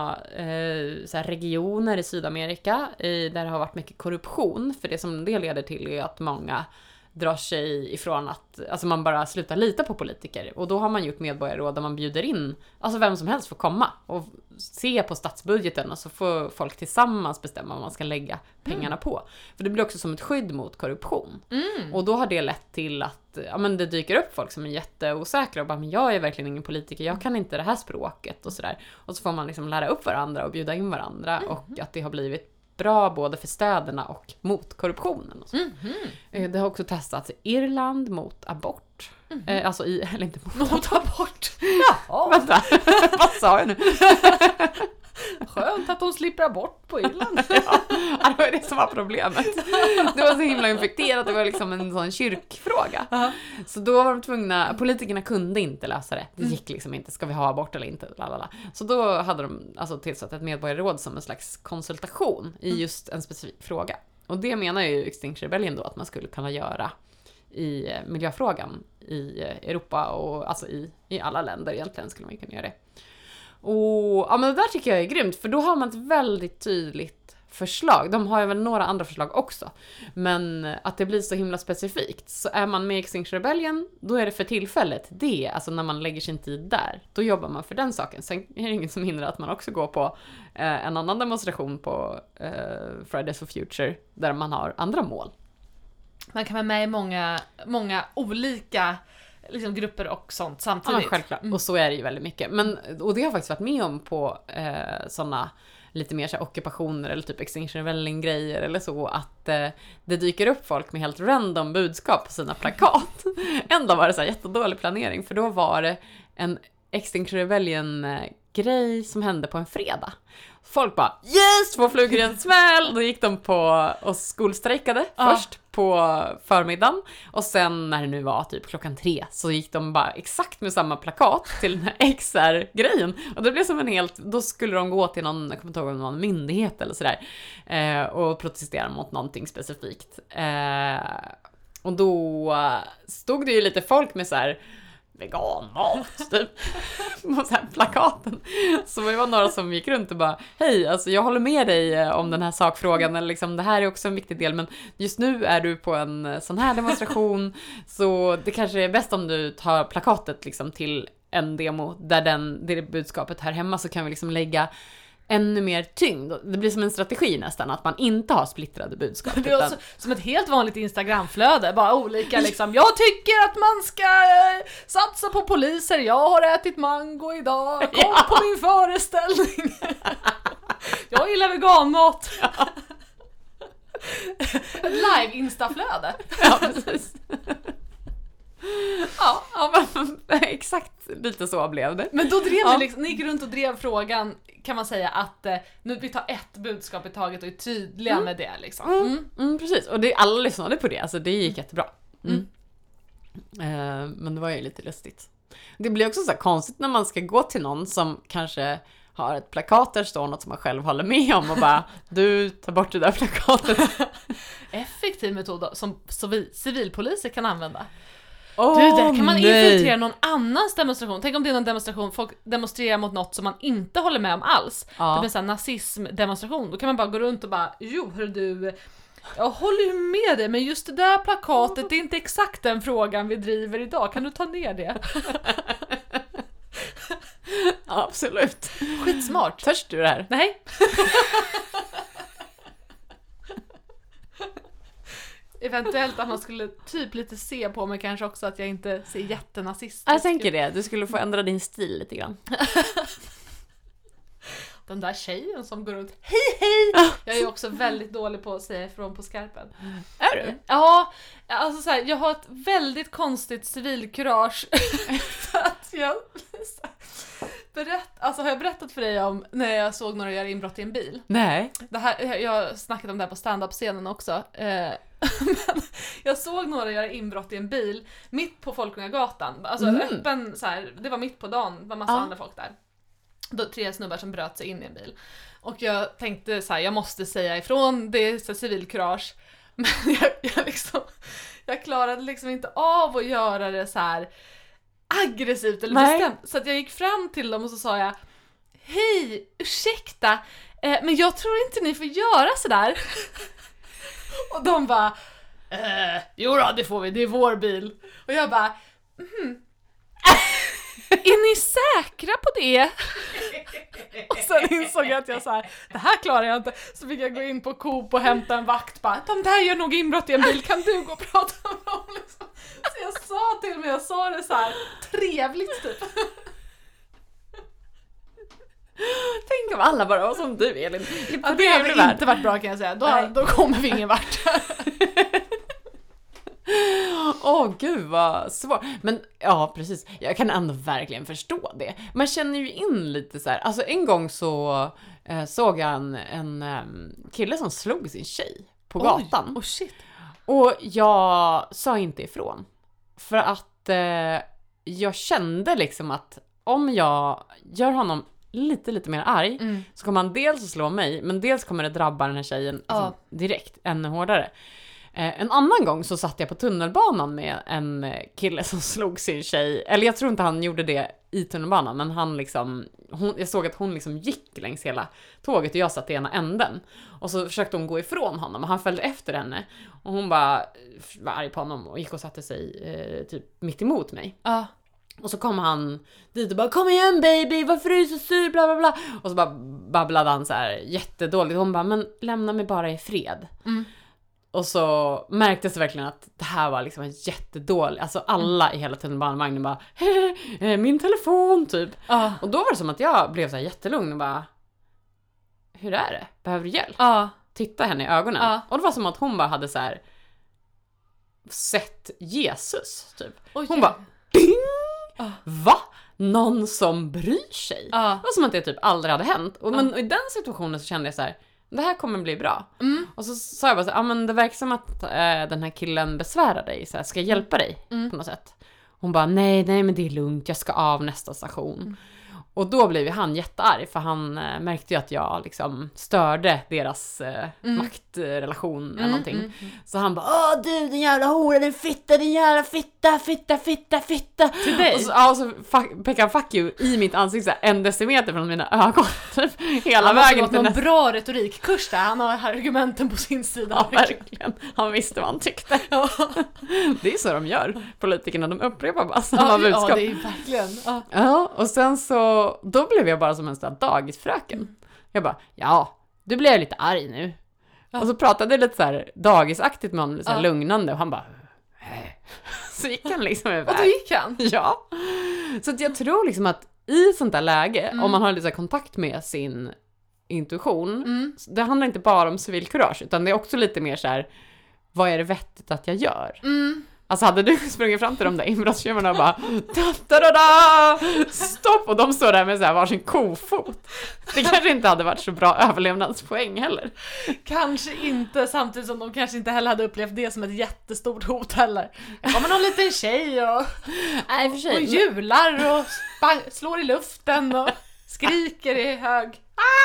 eh, så här regioner i Sydamerika i, där det har varit mycket korruption. För det som det leder till är att många drar sig ifrån att, alltså man bara slutar lita på politiker. Och då har man gjort medborgarråd där man bjuder in, alltså vem som helst får komma och se på statsbudgeten, och så får folk tillsammans bestämma vad man ska lägga pengarna mm. på. För det blir också som ett skydd mot korruption. Mm. Och då har det lett till att ja, men det dyker upp folk som är jätteosäkra och bara, men jag är verkligen ingen politiker, jag kan inte det här språket och sådär. Och så får man liksom lära upp varandra och bjuda in varandra mm. och att det har blivit bra både för städerna och mot korruptionen. Och så. Mm-hmm. Det har också testats i Irland mot abort. Mm-hmm. Eh, alltså i, eller inte mot, mot abort. Jaha. Vänta, vad sa jag nu? Skönt att de slipper abort på Irland. Ja, det var det som var problemet. Det var så himla infekterat, det var liksom en sån kyrkfråga. Uh-huh. Så då var de tvungna, politikerna kunde inte lösa det. Det gick liksom inte, ska vi ha abort eller inte? Lalala. Så då hade de alltså tillsatt ett medborgarråd som en slags konsultation i just en specifik fråga. Och det menar ju Extinction Rebellion då att man skulle kunna göra i miljöfrågan i Europa och alltså i, i alla länder egentligen skulle man kunna göra det. Och ja, men det där tycker jag är grymt, för då har man ett väldigt tydligt förslag. De har ju väl några andra förslag också, men att det blir så himla specifikt. Så är man med i Extinction Rebellion, då är det för tillfället det, alltså när man lägger sin tid där, då jobbar man för den saken. Sen är det inget som hindrar att man också går på eh, en annan demonstration på eh, Fridays for Future, där man har andra mål. Man kan vara med i många, många olika liksom grupper och sånt samtidigt. Ja, självklart. Mm. Och så är det ju väldigt mycket. Men, och det har jag faktiskt varit med om på eh, sådana lite mer så här, ockupationer eller typ Extinction Rebellion-grejer eller så, att eh, det dyker upp folk med helt random budskap på sina plakat. Ändå var det så här jättedålig planering, för då var det en Extinction Rebellion-grej som hände på en fredag. Folk bara, yes, två flugor i en smäll! Då gick de på och skolstrejkade ja. först på förmiddagen. Och sen när det nu var typ klockan tre så gick de bara exakt med samma plakat till den här X R-grejen. Och det blev som en helt, då skulle de gå till någon, jag kommer inte ihåg, någon myndighet eller sådär. Eh, och protestera mot någonting specifikt. Eh, och då stod det ju lite folk med så här veganmat typ. små så här plakaten. Så det var några som gick runt och bara, hej, alltså jag håller med dig om den här sakfrågan, eller liksom, det här är också en viktig del, men just nu är du på en sån här demonstration, så det kanske är bäst om du tar plakatet liksom till en demo där den, det budskapet här hemma, så kan vi liksom lägga ännu mer tyngd. Det blir som en strategi nästan, att man inte har splittrade budskap. Det är utan... som ett helt vanligt Instagramflöde, bara olika liksom. Jag tycker att man ska eh, satsa på poliser, jag har ätit mango idag, kom ja. på min föreställning. Jag gillar veganmat. Ja. Live Instaflöde. Ja, precis. Ja, ja men, exakt lite så blev det. Men då drev ja. ni, liksom, ni gick runt och drev frågan, kan man säga, att eh, nu vi tar ett budskap i taget och är tydliga mm. med det liksom. Mm. Mm. Mm, precis, och det, alla lyssnade på det, alltså det gick jättebra. Mm. Mm. Eh, men det var ju lite lustigt. Det blir också så här konstigt när man ska gå till någon som kanske har ett plakat där står något som man själv håller med om och bara, du tar bort det där plakatet. Effektiv metod som civilpoliser kan använda. Oh, du, där kan man nej. infiltrera någon annans demonstration. Tänk om det är någon demonstration, folk demonstrerar mot något som man inte håller med om alls. Ja. Det blir en sån här nazismdemonstration. Då kan man bara gå runt och bara, jo hör du, jag håller ju med dig, men just det där plakatet, det är inte exakt den frågan vi driver idag. Kan du ta ner det? Absolut. Skitsmart. Törs du det här? Nej. Eventuellt att man skulle typ lite se på mig kanske också att jag inte ser jättenazistisk. Jag tänker det, du skulle få ändra din stil lite grann. Den där tjejen som går runt, hej hej! Jag är ju också väldigt dålig på att säga ifrån på skarpen. Är du? Ja, alltså så här, jag har ett väldigt konstigt civilkurage. För att jag berätt, alltså har jag berättat för dig om när jag såg några göra inbrott i en bil? Nej. Det här, jag har snackat om det här på stand-up-scenen också. Eh, men jag såg några göra inbrott i en bil mitt på Folkungagatan. Alltså mm. öppen så här, det var mitt på dagen, det var massa ah. andra folk där. Då tre snubbar som bröt sig in i en bil. Och jag tänkte så här, jag måste säga ifrån, det är så civilkurage. Men jag, jag liksom jag klarade liksom inte av att göra det så här aggressivt eller Nej. bestämt. Så att jag gick fram till dem och så sa jag, hej, ursäkta, eh, men jag tror inte ni får göra så där. Och de bara, eh, jo då, det får vi, det är vår bil. Och jag bara, mhm. Är ni säkra på det? Och sen insåg jag att jag så här, det här klarar jag inte. Så fick jag gå in på Coop och hämta en vakt. Bara, de där gör nog inbrott i en bil, kan du gå och prata med dem? Liksom. Så jag sa till mig, jag sa det så här trevligt typ. Tänk om alla bara var som du, Elin. Ja, det hade inte varit bra kan jag säga. Då, då kommer vi ingen vart. Åh oh, gud vad svårt. Men ja, precis. Jag kan ändå verkligen förstå det. Man känner ju in lite så här. Alltså en gång så eh, såg jag en, en um, kille som slog sin tjej på Oj, gatan. Oh shit. Och jag sa inte ifrån. För att eh, jag kände liksom att om jag gör honom lite, lite mer arg mm. så kommer han dels att slå mig, men dels kommer det drabba den här tjejen liksom, oh. direkt, ännu hårdare. Eh, en annan gång så satt jag på tunnelbanan med en kille som slog sin tjej. Eller jag tror inte han gjorde det i tunnelbanan, men han liksom, hon, jag såg att hon liksom gick längs hela tåget och jag satt i ena änden. Och så försökte hon gå ifrån honom och han följde efter henne. Och hon bara var arg på honom och gick och satte sig eh, typ mitt emot mig. Ja. Uh. Och så kom han dit och bara, kom igen baby, varför är du så sur, bla bla bla. Och så bara babblade han så här jättedåligt. Hon bara, men lämna mig bara i fred. Mm. Och så märktes det verkligen att det här var liksom en jättedålig, alltså alla mm. i hela tunnelbanevagnen bara, min telefon typ. Uh. Och då var det som att jag blev så här jättelugn och bara, hur är det? Behöver du hjälp? Uh. Titta henne i ögonen. Uh. Och det var som att hon bara hade så här sett Jesus typ. Hon okay. bara, ding! Uh. Va? Någon som bryr sig? Uh. Det var som att det typ aldrig hade hänt. Och, men uh. i den situationen så kände jag så här, det här kommer bli bra. Mm. Och så sa jag bara så här, ah, men det verkar som att äh, den här killen besvärar dig. Så här, ska jag hjälpa dig mm. på något sätt? Hon bara, nej, nej men det är lugnt. Jag ska av nästa station. Mm. Och då blev ju han jättearg för han eh, märkte ju att jag liksom störde deras eh, Mm. maktrelation eller Mm, någonting. mm, mm. Så han bara, åh du din jävla hora, din fitta, din jävla fitta, fitta, fitta, fitta. Till dig? Och så, ja, och så fuck, pekade han fuck you i mitt ansikte så här, en decimeter från mina ögon. Typ, hela Han måste vägen ha till någon nästa. bra retorikkurs där. Han har argumenten på sin sida. Ja, verkligen. Han visste vad han tyckte. Ja. Det är så de gör, politikerna. De upprepar bara samma Ja, budskap. ja, det är verkligen. Ja. Ja, och sen så, då blev jag bara som en sån här dagisfröken. Mm. Jag bara, ja, du blev lite arg nu. Ja. Och så pratade jag lite så här dagisaktigt med honom, lite så här Ja. lugnande. Och han bara, "Hej." Så gick han liksom Och iväg. då gick han. Ja. Så att jag tror liksom att i sånt där läge, Mm. om man har lite så här kontakt med sin intuition, Mm. det handlar inte bara om civilkurage, utan det är också lite mer så här, vad är det vettigt att jag gör? Mm. Alltså hade du sprungit fram till de där inbrottstjuvarna och bara da, da, da, da, stopp, och de står där med så här varsin kofot. Det kanske inte hade varit så bra överlevnadspoäng heller. Kanske inte, samtidigt som de kanske inte heller hade upplevt det som ett jättestort hot heller. Det kommer någon liten tjej och, Nej, för och sig. hjular och spa- slår i luften och skriker i hög.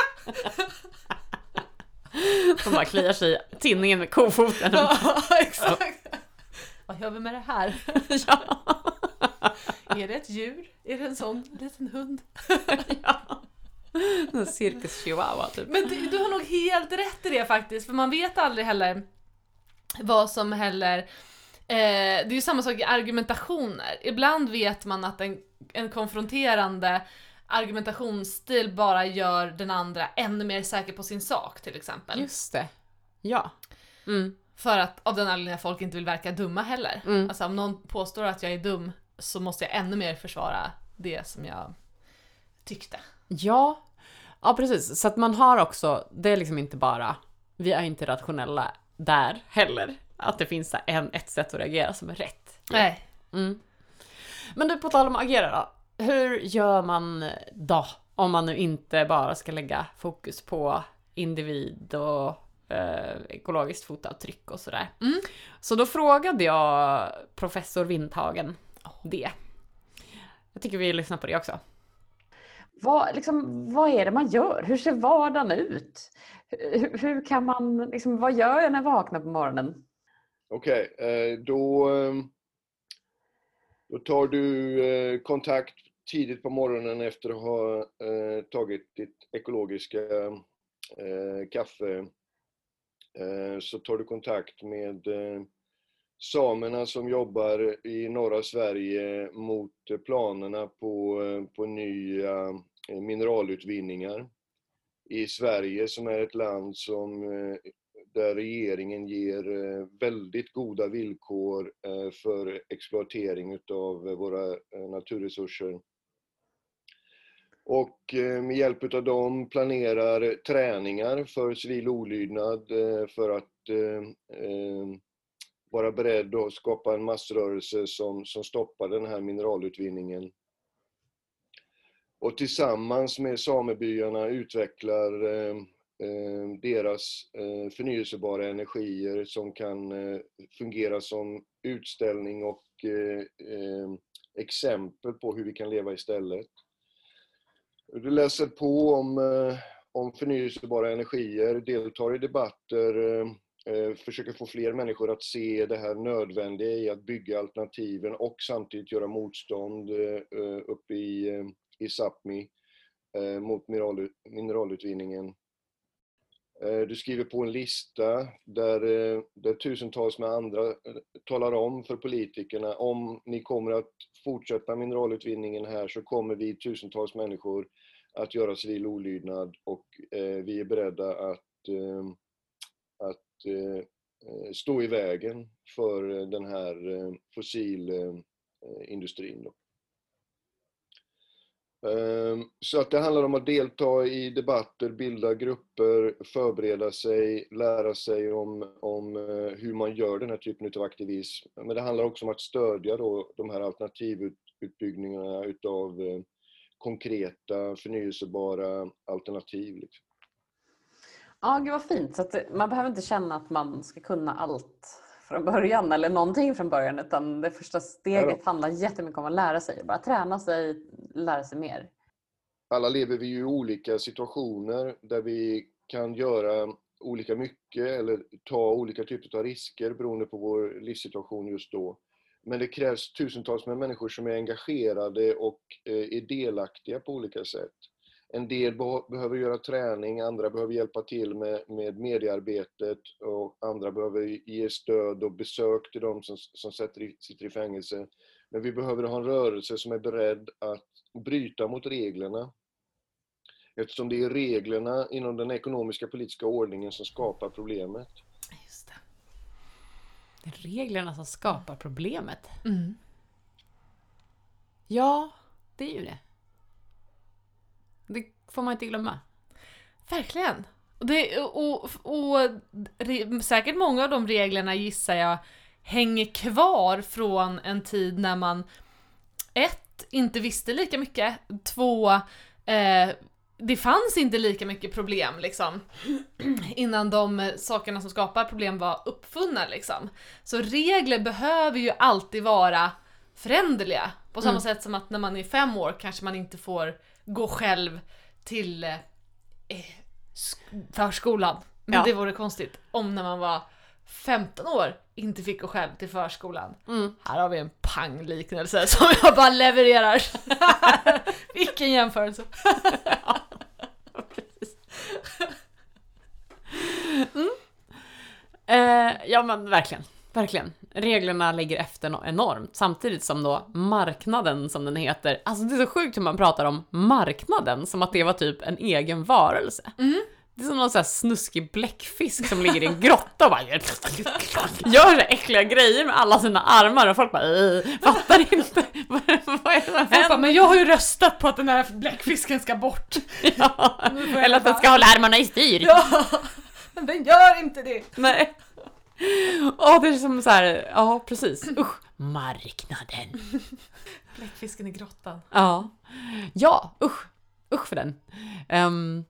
De bara kliar sig i tinningen med kofoten. Ja, exakt. Vad gör vi med det här? Ja. Är det ett djur? Är det en sån liten hund? Ja. En cirkus chihuahua typ. Men du, du har nog helt rätt i det faktiskt, för man vet aldrig heller vad som heller... Eh, det är ju samma sak i argumentationer. Ibland vet man att en, en konfronterande argumentationsstil bara gör den andra ännu mer säker på sin sak, till exempel. Just det. Ja. Mm. För att av den anledningen att folk inte vill verka dumma heller. Mm. Alltså om någon påstår att jag är dum så måste jag ännu mer försvara det som jag tyckte. Ja. Ja, precis. Så att man har också, det är liksom inte bara, vi är inte rationella där heller. Att det finns så en, ett sätt att reagera som är rätt. Nej. Mm. Men du, på tal om att agera då. Hur gör man då? Om man nu inte bara ska lägga fokus på individ och eh, ekologiskt fotavtryck och sådär. Mm. Så då frågade jag professor Windhagen det. Jag tycker vi lyssnar på det också. Vad, liksom, vad är det man gör? Hur ser vardagen ut? Hur, hur kan man, liksom, vad gör jag när jag vaknar på morgonen? Okej, okay, då, då tar du eh, kontakt tidigt på morgonen efter att ha eh, tagit ditt ekologiska eh, kaffe. Eh, så tar du kontakt med eh, samerna som jobbar i norra Sverige mot eh, planerna på, eh, på nya eh, mineralutvinningar i Sverige, som är ett land som, eh, där regeringen ger eh, väldigt goda villkor eh, för exploatering utav våra eh, naturresurser. Och med hjälp av dem planerar träningar för civil olydnad för att vara beredd att skapa en massrörelse som, som stoppar den här mineralutvinningen. Och tillsammans med samebyarna utvecklar deras förnyelsebara energier som kan fungera som utställning och exempel på hur vi kan leva istället. Du läser på om, om förnyelsebara energier, deltar i debatter, eh, försöker få fler människor att se det här nödvändiga i att bygga alternativen och samtidigt göra motstånd eh, uppe i, eh, i Sápmi eh, mot mineral, mineralutvinningen. Eh, du skriver på en lista där, eh, där tusentals med andra talar om för politikerna, om ni kommer att fortsätta mineralutvinningen här så kommer vi tusentals människor att göra civil olydnad och eh, vi är beredda att, eh, att eh, stå i vägen för den här eh, fossilindustrin. Eh, eh, så att det handlar om att delta i debatter, bilda grupper, förbereda sig, lära sig om, om eh, hur man gör den här typen av aktivism. Men det handlar också om att stödja då de här alternativutbyggningarna utav eh, konkreta, förnyelsebara alternativ. Liksom. Ja, gud vad fint. Så att man behöver inte känna att man ska kunna allt från början eller någonting från början, utan det första steget ja. handlar jättemycket om att lära sig. Bara träna sig, lära sig mer. alla lever vi ju i olika situationer där vi kan göra olika mycket eller ta olika typer av risker beroende på vår livssituation just då. Men det krävs tusentals med människor som är engagerade och är delaktiga på olika sätt. En del behöver göra träning, andra behöver hjälpa till med, med mediearbetet och andra behöver ge stöd och besök till de som, som sätter i, sitter i fängelse. Men vi behöver ha en rörelse som är beredd att bryta mot reglerna. Eftersom det är reglerna inom den ekonomiska politiska ordningen som skapar problemet. Just det. Det är reglerna som skapar problemet. Mm. Ja, det är ju det. Det får man inte glömma. Verkligen. Och, det, och, och, och re, säkert många av de reglerna gissar jag hänger kvar från en tid när man ett, inte visste lika mycket, två, eh, det fanns inte lika mycket problem liksom innan de sakerna som skapar problem var uppfunna liksom. Så regler behöver ju alltid vara föränderliga. På samma mm. sätt som att när man är fem år kanske man inte får gå själv till eh, förskolan. Men ja. Det vore konstigt om när man var femton år inte fick gå själv till förskolan. Mm. Här har vi en pangliknelse som jag bara levererar. Vilken jämförelse. Ja, precis. Mm. Eh, ja men verkligen. Verkligen. Reglerna ligger efter enormt. Samtidigt som då marknaden som den heter. Alltså det är så sjukt hur man pratar om marknaden som att det var typ en egen varelse. Mm. Det är som någon sån här snuskig bläckfisk som ligger i en grotta och bara gör så äckliga grejer med alla sina armar och folk bara fattar inte. Vad är det som händer? Bara, men jag har ju röstat på att den här bläckfisken ska bort. Ja. Eller att den ska hålla armarna i styr. Ja, men den gör inte det. Nej. Åh, det är som så här, ja precis. Usch, marknaden. Bläckfisken i grottan. Ja. Ja, usch. Usch för den. Um,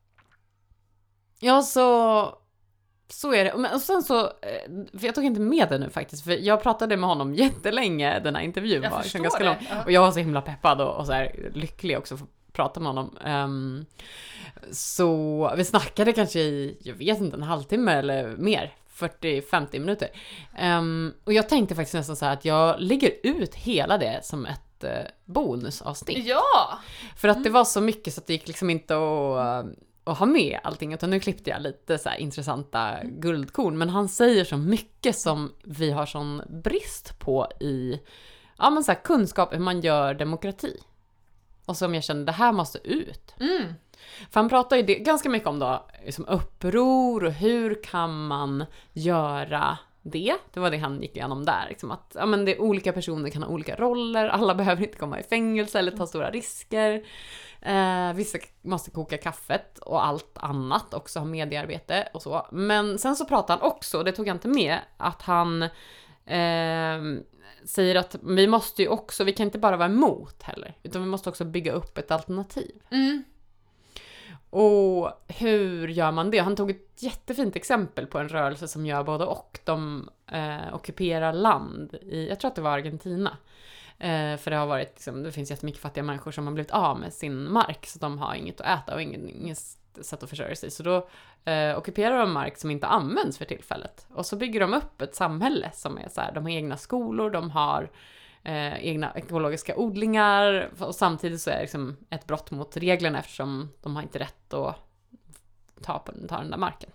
ja, så så är det. Men och sen så för jag tog inte med det nu faktiskt för jag pratade med honom jättelänge den här intervjun jag var förstår ganska det. lång. Ja. Och jag var så himla peppad och, och så här lycklig också för att prata med honom. Um, så vi snackade kanske i jag vet inte en halvtimme eller mer. fyrtio till femtio minuter. Um, och jag tänkte faktiskt nästan så här att jag lägger ut hela det som ett uh, bonusavsnitt. Ja! För att det var så mycket så att det gick liksom inte att, uh, att ha med allting. Utan nu klippte jag lite så här intressanta guldkorn. Men han säger så mycket som vi har sån brist på i ja, men så här, kunskap hur man gör demokrati. Och som jag kände, det här måste ut. Mm. För han pratar ju det, ganska mycket om då, liksom uppror och hur kan man göra det. Det var det han gick igenom där. Liksom att, ja, men det är olika personer kan ha olika roller. Alla behöver inte komma i fängelse eller ta stora risker. Eh, vissa måste koka kaffet och allt annat. Också ha mediearbete och så. Men sen så pratar han också, det tog jag inte med, att han eh, säger att vi måste ju också, vi kan inte bara vara emot heller. Utan vi måste också bygga upp ett alternativ. Mm. Och hur gör man det? Han tog ett jättefint exempel på en rörelse som gör både och. De eh, ockuperar land i, jag tror att det var Argentina. Eh, för det har varit, liksom, det finns jättemycket fattiga människor som har blivit av med sin mark. Så de har inget att äta och ingen, inget sätt att försörja sig. Så då eh, ockuperar de mark som inte används för tillfället. Och så bygger de upp ett samhälle som är så här, de har egna skolor, de har Eh, egna ekologiska odlingar och samtidigt så är det liksom ett brott mot reglerna eftersom de har inte rätt att ta, på, ta den där marken.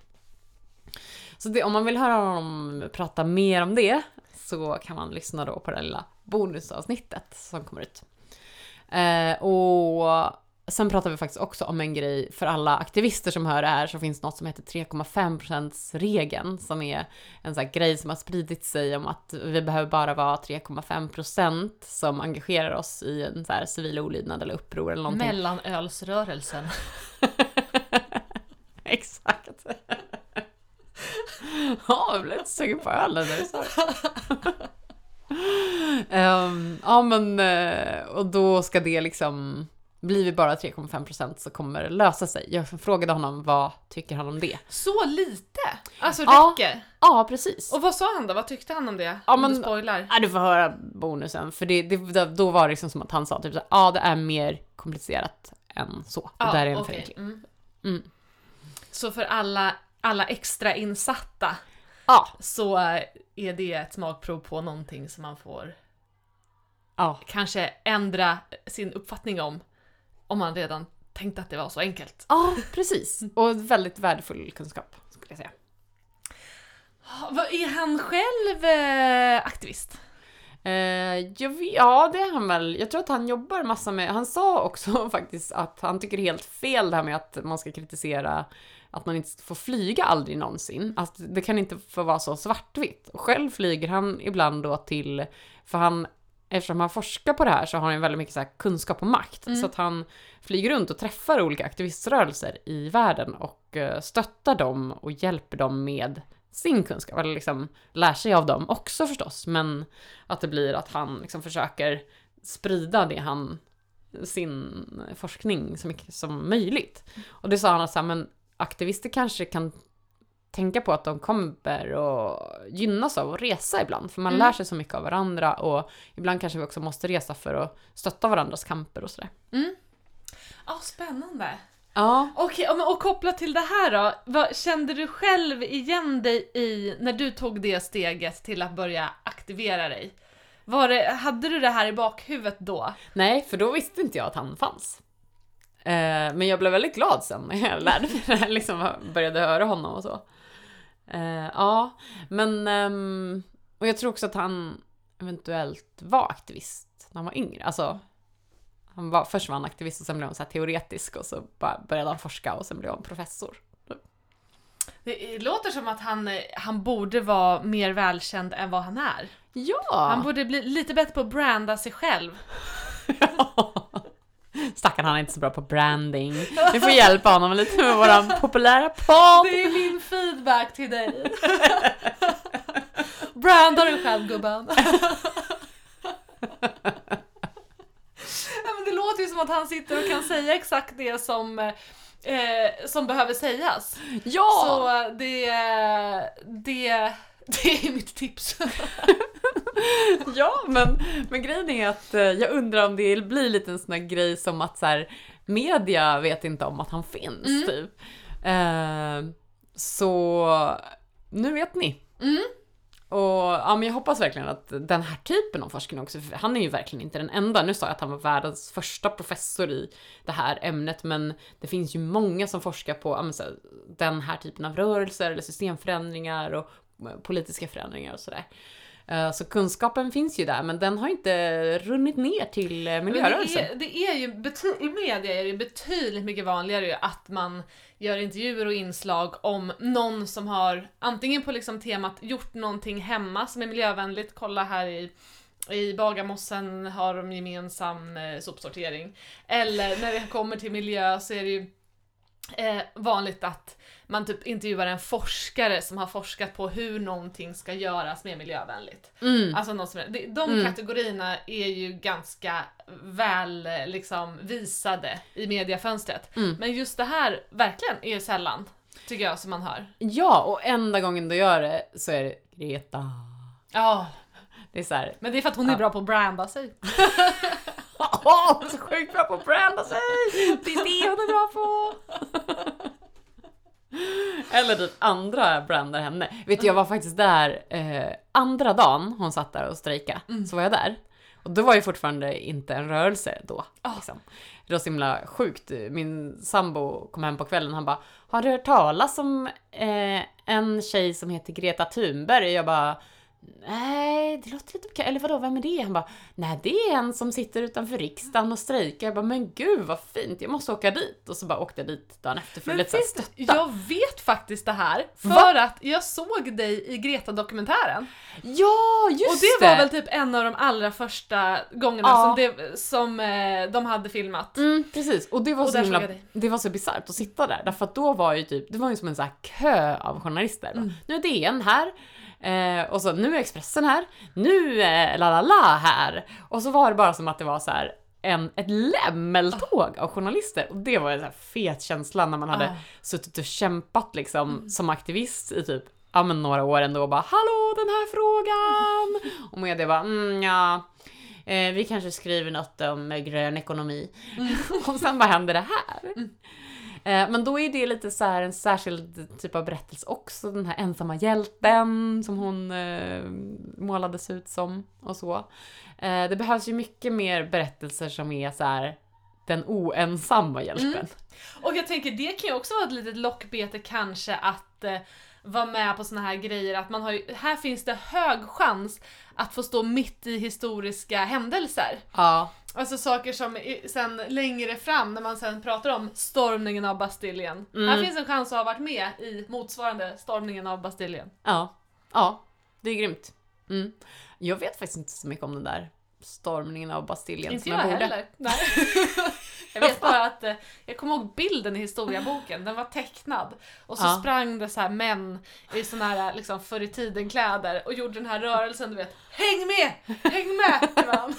Så det, om man vill höra honom prata mer om det så kan man lyssna då på det lilla bonusavsnittet som kommer ut. Eh, och sen pratar vi faktiskt också om en grej för alla aktivister som hör det här, så finns något som heter tre komma fem procent-regeln som är en sån här grej som har spridit sig om att vi behöver bara vara tre komma fem procent som engagerar oss i en så här civil olydnad eller uppror eller någonting. Mellanölsrörelsen. Exakt. Ja, jag blev lite sugen på ölen när du sa um, Ja, men och då ska det liksom blir vi bara tre komma fem procent så kommer det lösa sig. Jag frågade honom, vad tycker han om det? Så lite? Alltså ja, räcker? Ja, precis. Och vad sa han då? Vad tyckte han om det? Ja, om men, du spoilar. Ja, du får höra bonusen. För det, det, då var det liksom som att han sa typ så, ja, det är mer komplicerat än så. Ja, och där är en okej. förenkling. Mm. Mm. Så för alla, alla extra insatta Ja. så är det ett smakprov på någonting som man får Ja. kanske ändra sin uppfattning om, om man redan tänkte att det var så enkelt. Ja, precis. Och väldigt värdefull kunskap, skulle jag säga. Vad är han själv eh, aktivist? Eh, jag vet, ja, det är han väl. Jag tror att han jobbar massa med... Han sa också faktiskt att han tycker det är helt fel det här med att man ska kritisera att man inte får flyga aldrig någonsin. Att det kan inte få vara så svartvitt. Och själv flyger han ibland då till... För han... Eftersom han forskar på det här så har han väldigt mycket så här kunskap och makt. Mm. Så att han flyger runt och träffar olika aktiviströrelser i världen och eh, stöttar dem och hjälper dem med sin kunskap. Eller liksom lär sig av dem också förstås. Men att det blir att han liksom försöker sprida det han, sin forskning så mycket som möjligt. Och det sa han att så här, men aktivister kanske kan tänka på att de kommer och gynnas av att resa ibland. För man Mm. lär sig så mycket av varandra och ibland kanske vi också måste resa för att stötta varandras kamper och sådär. Mm. Ja, spännande. Ja. Okej, och, och kopplat till det här då, vad kände du själv igen dig i när du tog det steget till att börja aktivera dig? Var det, hade du det här i bakhuvudet då? Nej, för då visste inte jag att han fanns. Eh, men jag blev väldigt glad sen när jag lärde mig det här, liksom började höra honom och så. Eh, ja, men ehm, och jag tror också att han eventuellt var aktivist när han var yngre. Alltså, han var, först var han aktivist och sen blev han så här teoretisk och så bara började han forska och sen blev han professor. Det låter som att han, han borde vara mer välkänd än vad han är. Ja! Han borde bli lite bättre på att branda sig själv. Stackarn, han är inte så bra på branding. Vi får hjälpa honom lite med våran populära podd. Det är min feedback till dig. Branda dig själv, gubben. Ja, men det låter ju som att han sitter och kan säga exakt det som, eh, som behöver sägas. Ja! Så det, det, det är mitt tips. Ja, men, men grejen är att eh, jag undrar om det blir lite en sån här grej som att så här, media vet inte om att han finns, Mm. typ. Eh, så nu vet ni. Mm. Och ja, men jag hoppas verkligen att den här typen av forskning också, för han är ju verkligen inte den enda. Nu sa jag att han var världens första professor i det här ämnet, men det finns ju många som forskar på ja, men så, den här typen av rörelser eller systemförändringar och politiska förändringar och sådär. Så kunskapen finns ju där, men den har inte runnit ner till miljörörelsen. Det är, det är ju bety- i media är det betydligt mycket vanligare ju att man gör intervjuer och inslag om någon som har antingen på liksom temat gjort någonting hemma som är miljövänligt. Kolla här i i Bagarmossen har de gemensam eh, sopsortering. Eller när det kommer till miljö så är det ju eh, vanligt att man typ intervjuar en forskare som har forskat på hur någonting ska göras mer miljövänligt. Mm. Alltså något som är, de, de Mm. kategorierna är ju ganska väl liksom visade i mediafönstret. Mm. Men just det här verkligen är ju sällan, tycker jag, som man hör. Ja, och enda gången du gör det så är det Greta. Ja, Det är så här. men det är för att hon är Ja. bra på att branda sig. Åh, hon är så sjukt bra på att branda sig! Det är det hon är bra på! Eller typ andra brandar henne. Vet du, jag var faktiskt där eh, andra dagen hon satt där och strejka. Mm. Så var jag där. Och då var ju fortfarande inte en rörelse då. Ah. Liksom. Det var så himla sjukt. Min sambo kom hem på kvällen. Han bara, har du hört talas om eh, en tjej som heter Greta Thunberg? Och jag bara, nej, det låter lite okej. Eller vadå, vem är det? Han bara, nej, det är en som sitter utanför riksdagen och strejkar. Jag bara, men gud vad fint, jag måste åka dit. Och så bara åkte jag dit dagen efter för Men att lite så här visst, stötta. jag vet faktiskt det här för Va? att jag såg dig i Greta-dokumentären. Ja, just Och det var väl typ en av de allra första gångerna Ja. som, det, som eh, de hade filmat. Mm, precis, och det var Och så där himla, såg jag dig. det var så bisarrt att sitta där, därför att då var ju typ, det var ju som en så här kö av journalister. Mm. Nu är D N här, eh, och så nu är Expressen här, nu är la la la här, och så var det bara som att det var så här en, ett lämmeltåg av journalister, och det var en så här fet känsla när man hade Ah. suttit och kämpat liksom Mm. som aktivist i typ ja, men några år ändå och bara, hallå den här frågan! Och media bara, mm, ja, Eh, vi kanske skriver något om grön ekonomi. Mm. Och sen vad händer det här? Mm. Eh, men då är det lite så här en särskild typ av berättelse också. Den här ensamma hjälten som hon eh, målades ut som och så. Eh, det behövs ju mycket mer berättelser som är så här den oensamma hjälten. Mm. Och jag tänker, det kan ju också vara ett litet lockbete kanske att eh, vara med på såna här grejer. Att man har ju, här finns det hög chans att få stå mitt i historiska händelser. Ja. Alltså saker som i- sen längre fram, när man sen pratar om stormningen av Bastiljen. Mm. Här finns en chans att ha varit med i motsvarande stormningen av Bastiljen. Ja, ja, det är grymt. Mm. Jag vet faktiskt inte så mycket om den där stormningen av Bastiljen. Inte som jag borde. heller. Nej. Jag vet bara att eh, jag kommer ihåg bilden i historieboken. Den var tecknad. Och så Ja. sprang det så här män i såna här liksom förr i tiden kläder och gjorde den här rörelsen, du vet. Häng med! Häng med! till varandra.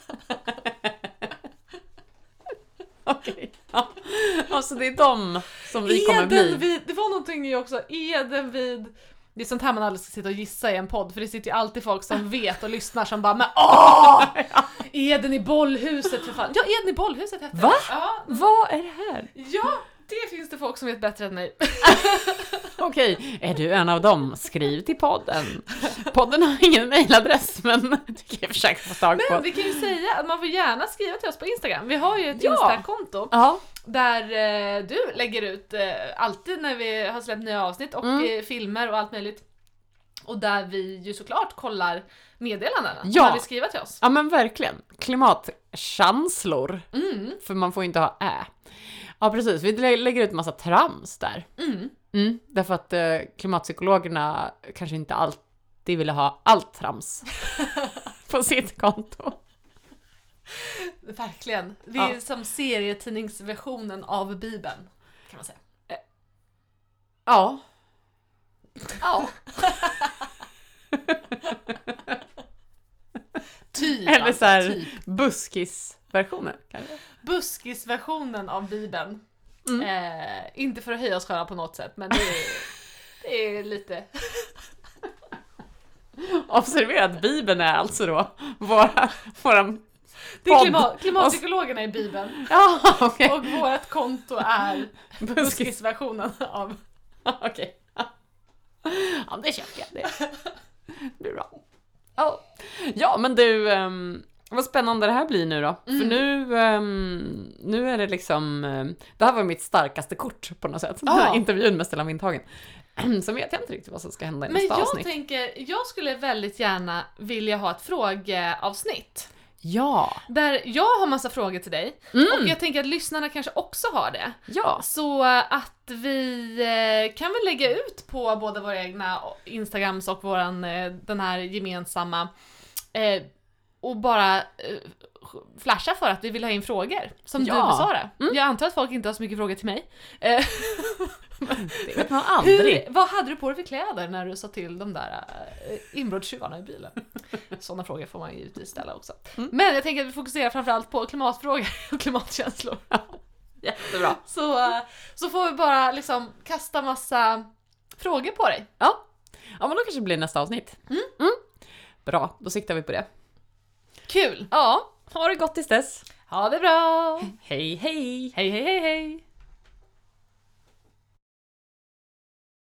Okej. Ja. Alltså det är de som vi kommer bli. Eden vid, det var någonting ju också, Eden vid, det är sånt här man aldrig ska sitta och gissa i en podd, för det sitter ju alltid folk som vet och lyssnar som bara, men åh! Eden i bollhuset för fan. Ja, Eden i bollhuset hette det. Va? Ja, Vad är det här? ja, det finns det folk som vet bättre än mig. Okej, är du en av dem? Skriv till podden. Podden har ingen mejladress, men du kan ju försöka få tag på. Men vi kan ju säga att man får gärna skriva till oss på Instagram. Vi har ju ett Ja. Insta-konto Ja, där eh, du lägger ut eh, alltid när vi har släppt nya avsnitt och Mm. eh, filmer och allt möjligt. Och där vi ju såklart kollar meddelandena. Ja. Man vill skriva till oss. ja men verkligen. Klimatchanslor. Mm. För man får inte ha ä. Ja precis, vi lä- lägger ut massa trams där. Mm. Mm, därför att eh, klimatpsykologerna kanske inte alltid ville ha allt trams på sitt konto. Verkligen. Vi är Ja. som serietidningsversionen av Bibeln, kan man säga. Ja. Ja. Typ. Eller alltså, så här typ. buskisversioner kanske. Buskisversionen av Bibeln. Mm. Eh, inte för att höja oss själva på något sätt, men det är, det är lite... Observera att Bibeln är alltså då våra, våran Det är podd. klimat, klimatpsykologerna i Bibeln. Ja, okej. Och vårt konto är Buskis. buskisversionen av... Okej. Ja, det köper jag. Det det blir bra. Ja, ja men du, um, vad spännande det här blir nu då. Mm. För nu, um, nu är det liksom, um, det här var mitt starkaste kort på något sätt. Den här Ja. intervjun med Stellan Windhagen. Så vet jag inte riktigt vad som ska hända i Men nästa jag avsnitt. tänker, jag skulle väldigt gärna vilja ha ett frågeavsnitt. Ja. Där jag har massa frågor till dig. Mm. Och jag tänker att lyssnarna kanske också har det. Ja. Så att vi eh, kan väl lägga ut på både våra egna Instagrams och våran, eh, den här gemensamma eh, och bara eh, flasha för att vi vill ha in frågor som Ja. du besvarar. Mm. Jag antar att folk inte har så mycket frågor till mig. Eh, Det vet man aldrig. hur, vad hade du på dig för kläder när du sa till de där eh, inbrottstjuvarna i bilen? Sådana frågor får man ju givetvis ställa också. Mm. Men jag tänker att vi fokuserar framförallt på klimatfrågor och klimatkänslor. Jättebra. Så, eh, så får vi bara liksom kasta massa frågor på dig. Ja. Ja, men då kanske det blir nästa avsnitt. Mm. Mm. Bra, då siktar vi på det. Kul! Ja, ha det gott tills dess. Ha det bra! Hej, hej! Hej hej hej hej!